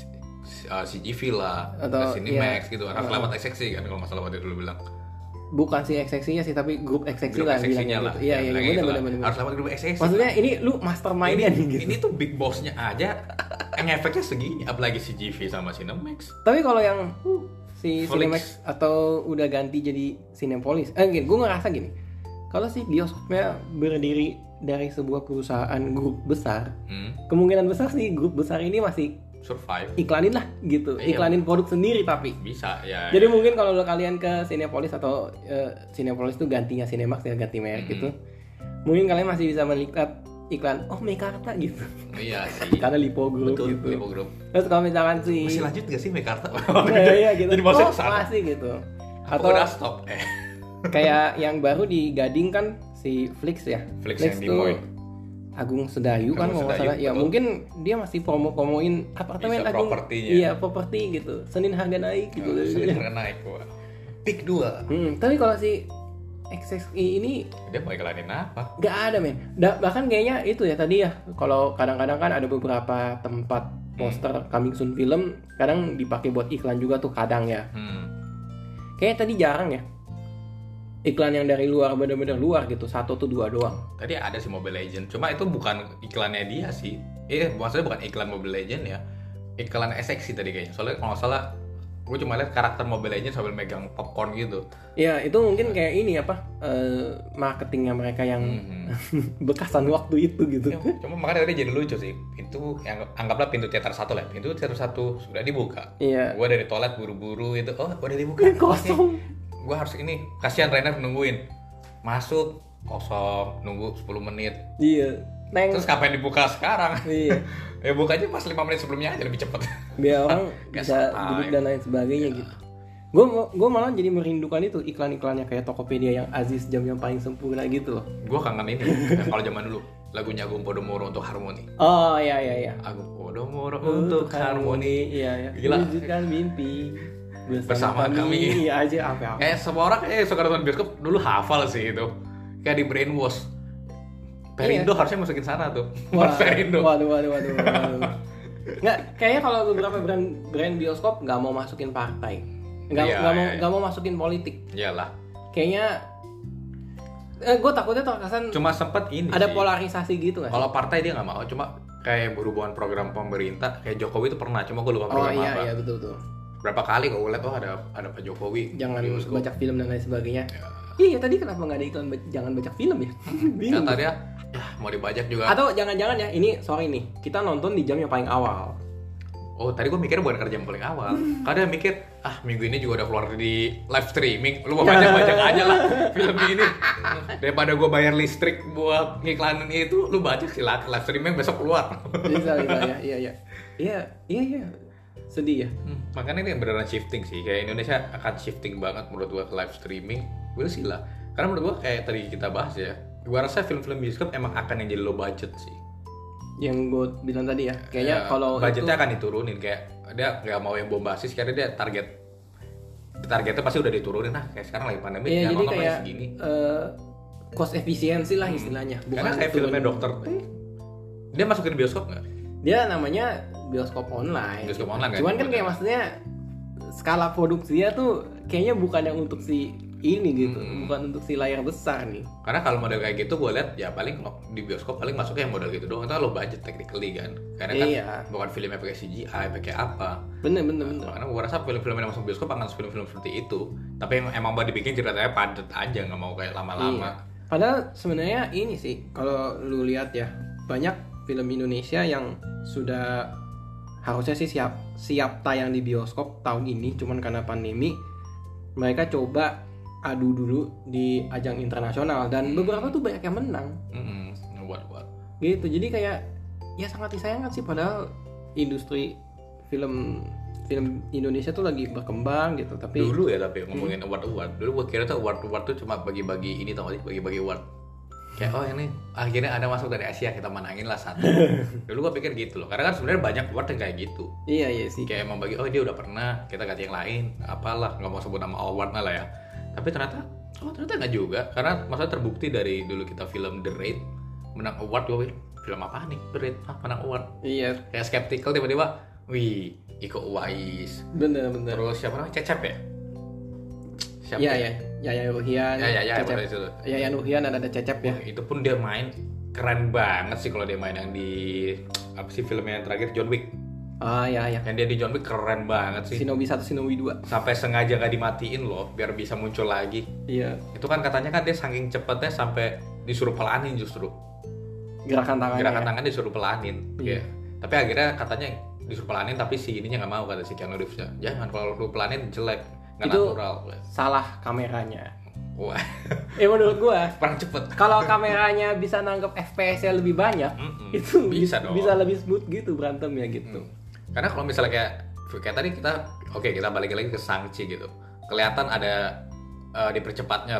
CGV lah, atau ke Cinemax gitu, harus lewat ekseksi kan kalau masalah waktu dulu bilang. Bukan si ekseksinya sih, tapi grup ekseksi lah bilangnya gitu. Iya, benar. Harus lewat grup ekseksi. Maksudnya ini lu mastermind-nya nih gitu. Ini tuh big boss-nya aja efeknya segini, apalagi CGV sama Cinemax. Tapi kalau yang si Cinemax atau udah ganti jadi Cinepolis, gue ngerasa gini. Kalau si bioskopnya berdiri dari sebuah perusahaan grup besar, kemungkinan besar sih grup besar ini masih survive. Iklanin lah gitu, iklanin produk sendiri tapi bisa ya. Jadi mungkin kalau kalian ke Cinepolis atau Cinepolis itu gantinya Cinemax ya, ganti merek gitu, mungkin kalian masih bisa melihat iklan Meikarta gitu. Iya sih. Karena Lipo Group. Betul, gitu. Lipo Group. Terus kalau misalkan sih masih lanjut gak sih Meikarta? Iya gitu. Jadi masih gitu. Atau udah stop? Kayak yang baru di Gading kan si Flix ya. Flix yang di Moy. Agung Sedayu kan kalau nggak salah. Ya mungkin dia masih promoin apartemen Agung. Iya, properti gitu. Senin harga naik gitu. Senin harga naik gua. Pick 2. Tapi kalau si XXI ini dia mau iklanin apa? Gak ada men. Bahkan kayaknya itu ya tadi ya. Kalau kadang-kadang kan ada beberapa tempat poster coming soon film kadang dipakai buat iklan juga tuh kadang ya. Kayaknya tadi jarang ya. Iklan yang dari luar bener-bener luar gitu, 1 atau 2 doang. Tadi ada sih Mobile Legend, cuma itu bukan iklannya dia sih. Maksudnya bukan iklan Mobile Legend ya. Iklan SXI tadi kayaknya. Soalnya kalau nggak salah gue cuma lihat karakter Mobile Legends sambil megang popcorn gitu. Ya itu mungkin kayak ini marketingnya mereka yang bekasan waktu itu gitu. Ya, cuma makanya tadi jadi lucu sih. Itu yang anggaplah pintu teater 1 lah. Pintu teater 1 sudah dibuka. Iya. Gue dari toilet buru-buru itu. Oh udah dibuka. Kosong. Gue harus ini. Kasihan Rainer nungguin. Masuk kosong. Nunggu 10 menit. Iya. Terus kapan dibuka sekarang? Iya. Ya bukanya pas 5 menit sebelumnya aja lebih cepet. Biar orang bisa duduk dan lain sebagainya gitu. Gue malah jadi merindukan itu iklan-iklannya kayak Tokopedia yang Aziz jam yang paling sempurna gitu loh. Gue kangen ini kalau zaman dulu lagunya Agung Podomoro untuk Harmoni. Oh iya. Agung Podomoro untuk Harmoni. Iya. Gila. Wujudkan mimpi bersama kami. Iya aja apa. Semua orang suka nonton bioskop dulu hafal sih itu. Kayak di brainwash. Perindo harusnya masukin sana tuh. Perindo. Waduh. Nggak, kayaknya kalau beberapa brand bioskop nggak mau masukin partai, nggak mau masukin politik. Iyalah. Kayaknya, gue takutnya terkesan. Cuma sempet ini. Ada sih. Polarisasi gitu nggak? Kalau partai dia nggak mau, cuma kayak berhubungan program pemerintah, kayak Jokowi itu pernah, cuma gue lupa program apa. Oh iya betul. Berapa kali gue lihat ada Pak Jokowi. Jangan baca film dan lain sebagainya. Ya. Iya tadi kenapa nggak ada iklan jangan baca film ya? Bingung. Kata dia, mau dibajak juga. Atau jangan-jangan ya, ini sorry nih, kita nonton di jam yang paling awal. Oh tadi gue mikir bukan kerja yang paling awal. Kadang mikir, minggu ini juga udah keluar di live streaming. Lu mau bajak aja lah film ini. Daripada gue bayar listrik buat ngiklanin itu, lu bajak silakan live streaming besok keluar. Bisa ya. Iya. Sedih ya. Makanya ini beneran shifting sih. Kayak Indonesia akan shifting banget menurut gue ke live streaming. Gue sih lah. Karena menurut gue kayak tadi kita bahas ya. Gue rasa film-film bioskop emang akan yang jadi low budget sih. Yang gue bilang tadi ya. Kayaknya kalau budgetnya akan diturunin. Kayak dia nggak mau yang bombastis. Karena dia targetnya pasti udah diturunin lah. Kayak sekarang lagi pandemi. Iya, jadi kayak segini. Cost efisiensi lah istilahnya. Bukan kayak filmnya Dokter. Dia masukin bioskop nggak? Dia namanya bioskop online. Bioskop online kan? Cuman kan kayak maksudnya skala produksinya tuh kayaknya bukan yang untuk si ini gitu, bukan untuk si layar besar nih. Karena kalau model kayak gitu gue lihat ya paling di bioskop paling masuknya yang model gitu doang. Itu lo budget technically kan. Karena kan bukan filmnya pakai CGI, pakai apa. Bener. Karena gue rasa film-film yang masuk bioskop akan film-film seperti itu. Tapi emang mau dibikin ceritanya padat aja, nggak mau kayak lama-lama. Padahal sebenarnya ini sih kalau lu lihat ya banyak film Indonesia yang sudah harusnya sih siap tayang di bioskop tahun ini, cuman karena pandemi mereka coba adu dulu di ajang internasional dan beberapa tuh banyak yang menang. Buat gitu. Jadi kayak ya sangat disayangkan sih, padahal industri film Indonesia tuh lagi berkembang gitu. Tapi dulu ya, tapi ngomongin award dulu gue kira tuh award tuh cuma bagi-bagi ini, tau gak sih, bagi-bagi award kayak ini akhirnya ada masuk dari Asia, kita menangin lah satu. Dulu gue pikir gitu loh, karena kan sebenarnya banyak award yang kayak gitu. Iya sih, kayak emang bagi dia udah pernah, kita ganti yang lain apalah, nggak mau sebut nama award lah ya. Tapi ternyata nggak juga, karena masalah terbukti dari dulu kita film The Raid menang award. Gue film apa nih The Raid menang award. Iya, kayak skeptical tiba-tiba wih Iko Uwais, bener. Terus siapa namanya, Cecep ya? Iya. Yayan Ruhian, Yayan Ruhian dan ada Cecep ya. Itu pun dia main keren banget sih kalau dia main yang di apa sih filmnya yang terakhir, John Wick. Iya. Yang dia di John Wick keren banget sih. Shinobi 1, Shinobi 2. Sampai sengaja gak dimatiin loh biar bisa muncul lagi. Iya. Itu kan katanya kan dia saking cepetnya sampai disuruh pelanin justru. Gerakan tangan disuruh pelanin. Iya. Tapi akhirnya katanya disuruh pelanin tapi si ininya nggak mau, kata si Keanu Reeves. Jangan, kalau lu pelanin jelek. Itu natural. Salah kameranya. Wah. Menurut gua kurang cepet. Kalau kameranya bisa nanggep FPS-nya lebih banyak, itu bisa lebih smooth gitu berantemnya gitu. Karena kalau misalnya kayak tadi kita balik lagi ke Shang-Chi gitu. Kelihatan ada dipercepatnya lah.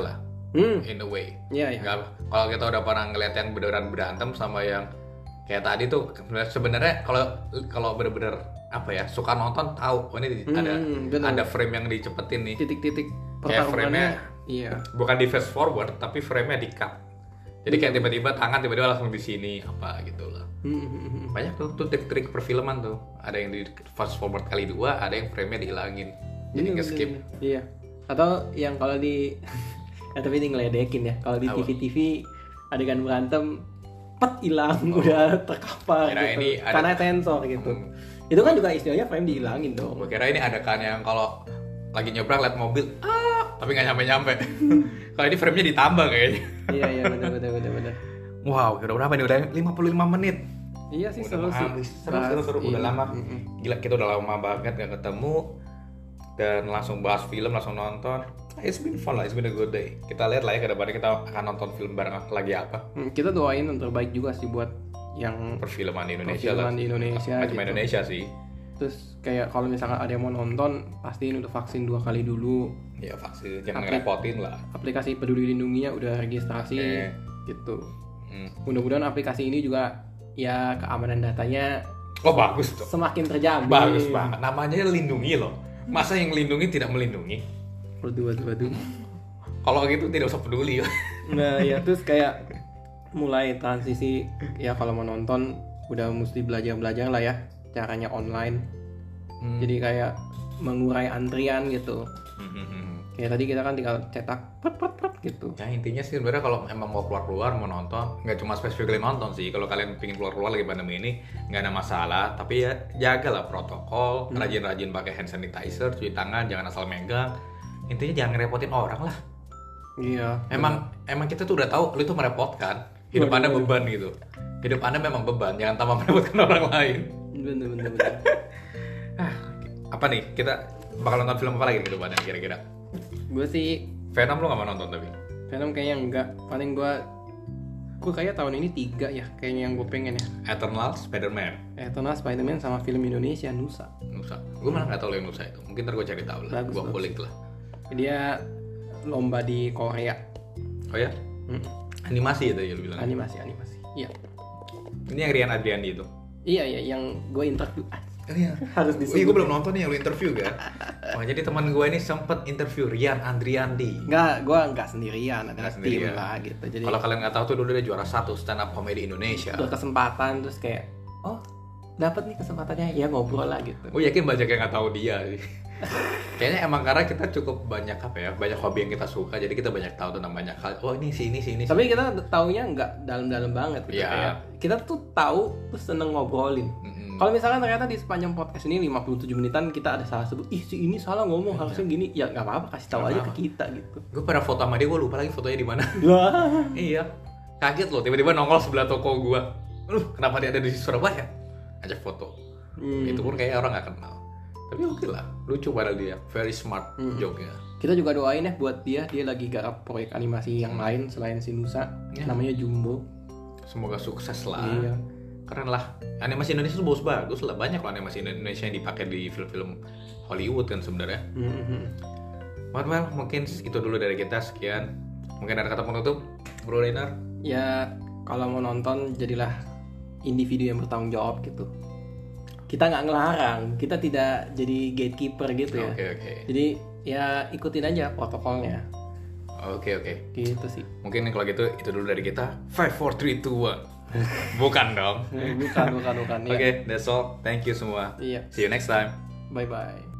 in a way. Iya. Kalau kita udah pernah ngeliat yang beneran berantem sama yang kayak tadi tuh, sebenarnya kalau bener-bener apa ya, suka nonton tahu ini ada frame yang dicepetin nih, titik-titik kayak frame-nya bukan di fast forward tapi frame-nya di cut. Jadi kayak tiba-tiba tangan tiba-tiba langsung di sini apa gitu lah. Banyak tuh trik-trik perfilman tuh. Ada yang di fast forward kali 2, ada yang frame-nya dihilangin. Jadi nge-skip. Iya. Atau yang kalau di tapi ini ngeledekin ya. Kalau di TV adegan berantem hilang udah terkapar gitu. Karena sensor gitu. Itu kan juga istilahnya frame dihilangin dong. Gue kira ini adegan yang kalau lagi nyebrang liat mobil, tapi nggak nyampe. Kalau ini frame-nya ditambah kayaknya. Iya benar. Wow, udah berapa nih? Udah 55 menit. Iya sih, seru sih. Seru. Udah lama. Gila, kita udah lama banget gak ketemu. Dan langsung bahas film, langsung nonton. It's been fun lah, it's been a good day. Kita lihat lah ya ke depannya kita akan nonton film bareng lagi apa. Kita doain yang terbaik juga sih buat yang perfilman di Indonesia lah. Macam gitu. Indonesia sih. Terus kayak kalau misalkan ada yang mau nonton, pastiin udah vaksin 2 kali dulu. Ya vaksin, jangan ngerepotin lah. Aplikasi Peduli Lindunginya udah registrasi gitu. Mudah-mudahan aplikasi ini juga ya keamanan datanya bagus tuh. Semakin terjamin. Bagus banget. Namanya lindungi loh. Masa yang lindungi tidak melindungi? Waduh. Kalau gitu tidak usah peduli. Nah ya, terus kayak mulai transisi ya, kalau mau nonton udah mesti belajar lah ya caranya online. Jadi kayak mengurai antrian gitu. Kayak tadi kita kan tinggal cetak pret gitu. Ya intinya sih sebenarnya kalau emang mau keluar mau nonton, nggak cuma spesifikly nonton sih. Kalau kalian pingin keluar lagi pandemi ini nggak ada masalah. Tapi ya jagalah protokol, rajin-rajin pakai hand sanitizer, cuci tangan, jangan asal megang. Intinya jangan ngerepotin orang lah. Iya. Emang kita tuh udah tahu lu itu merepotkan. Hidup Anda beban gitu. Hidup Anda memang beban, jangan tambah merepotkan orang lain. Bener. Apa nih? Kita bakal nonton film apa lagi ke depannya kira-kira? Gue sih Venom lu gak mau nonton tapi? Venom kayaknya enggak. Paling gue kayak tahun ini 3 ya kayaknya yang gue pengen ya. Eternal Spider-Man sama film Indonesia Nusa. Gue malah gak tahu yang Nusa itu. Mungkin ntar gue cari tahu lah. Gue kulik lah. Dia lomba di Korea. Oh ya? Animasi itu ya lu bilang? Animasi. Iya. Ini yang Rian Adriandi itu? Iya yang gue interview. Iya. Harus disebut. Gue belum nonton nih yang lu interview kan? Jadi teman gue ini sempet interview Rian Andriandi. Gue nggak sendirian, ada tim lah gitu. Jadi kalau kalian nggak tahu tuh dulu dia juara 1 stand up comedy Indonesia. Udah kesempatan terus kayak, dapat nih kesempatannya ya ngobrol lah gitu. Gue yakin banyak yang nggak tahu dia sih. Kayaknya emang karena kita cukup banyak banyak hobi yang kita suka, jadi kita banyak tahu tentang banyak hal. Ini sih. Tapi kita taunya nggak dalam-dalam banget gitu. Kayak kita tuh tahu terus seneng ngobrolin. Kalau misalkan ternyata di sepanjang podcast ini 57 menitan kita ada salah sebut, si ini salah ngomong harusnya gini, ya nggak apa-apa, kasih tahu aja ke kita gitu. Gue pernah foto sama dia, gue lupa lagi fotonya di mana. Iya, kaget loh tiba-tiba nongol sebelah toko gue. Kenapa dia ada di Surabaya? Ajak foto. Itu pun kayak orang nggak kenal. Tapi oke lah, lucu padahal dia, very smart joke-nya. Kita juga doain ya buat dia lagi garap proyek animasi yang lain selain si Nusa, namanya Jumbo. Semoga sukses lah. Iya. Keren lah, animasi Indonesia tuh bagus lah, banyak loh animasi Indonesia yang dipakai di film-film Hollywood kan sebenarnya. Well, mungkin itu dulu dari kita, sekian. Mungkin ada kata penutup, Bro Reiner? Ya, kalau mau nonton jadilah individu yang bertanggung jawab gitu. Kita nggak ngelarang, kita tidak jadi gatekeeper gitu ya. Oke. Jadi ya ikutin aja protokolnya. Oke. Gitu sih. Mungkin kalau gitu itu dulu dari kita. 5, 4, 3, 2, 1. Bukan dong. Bukan. Oke, that's all. Thank you semua. Iya. See you next time. Bye-bye.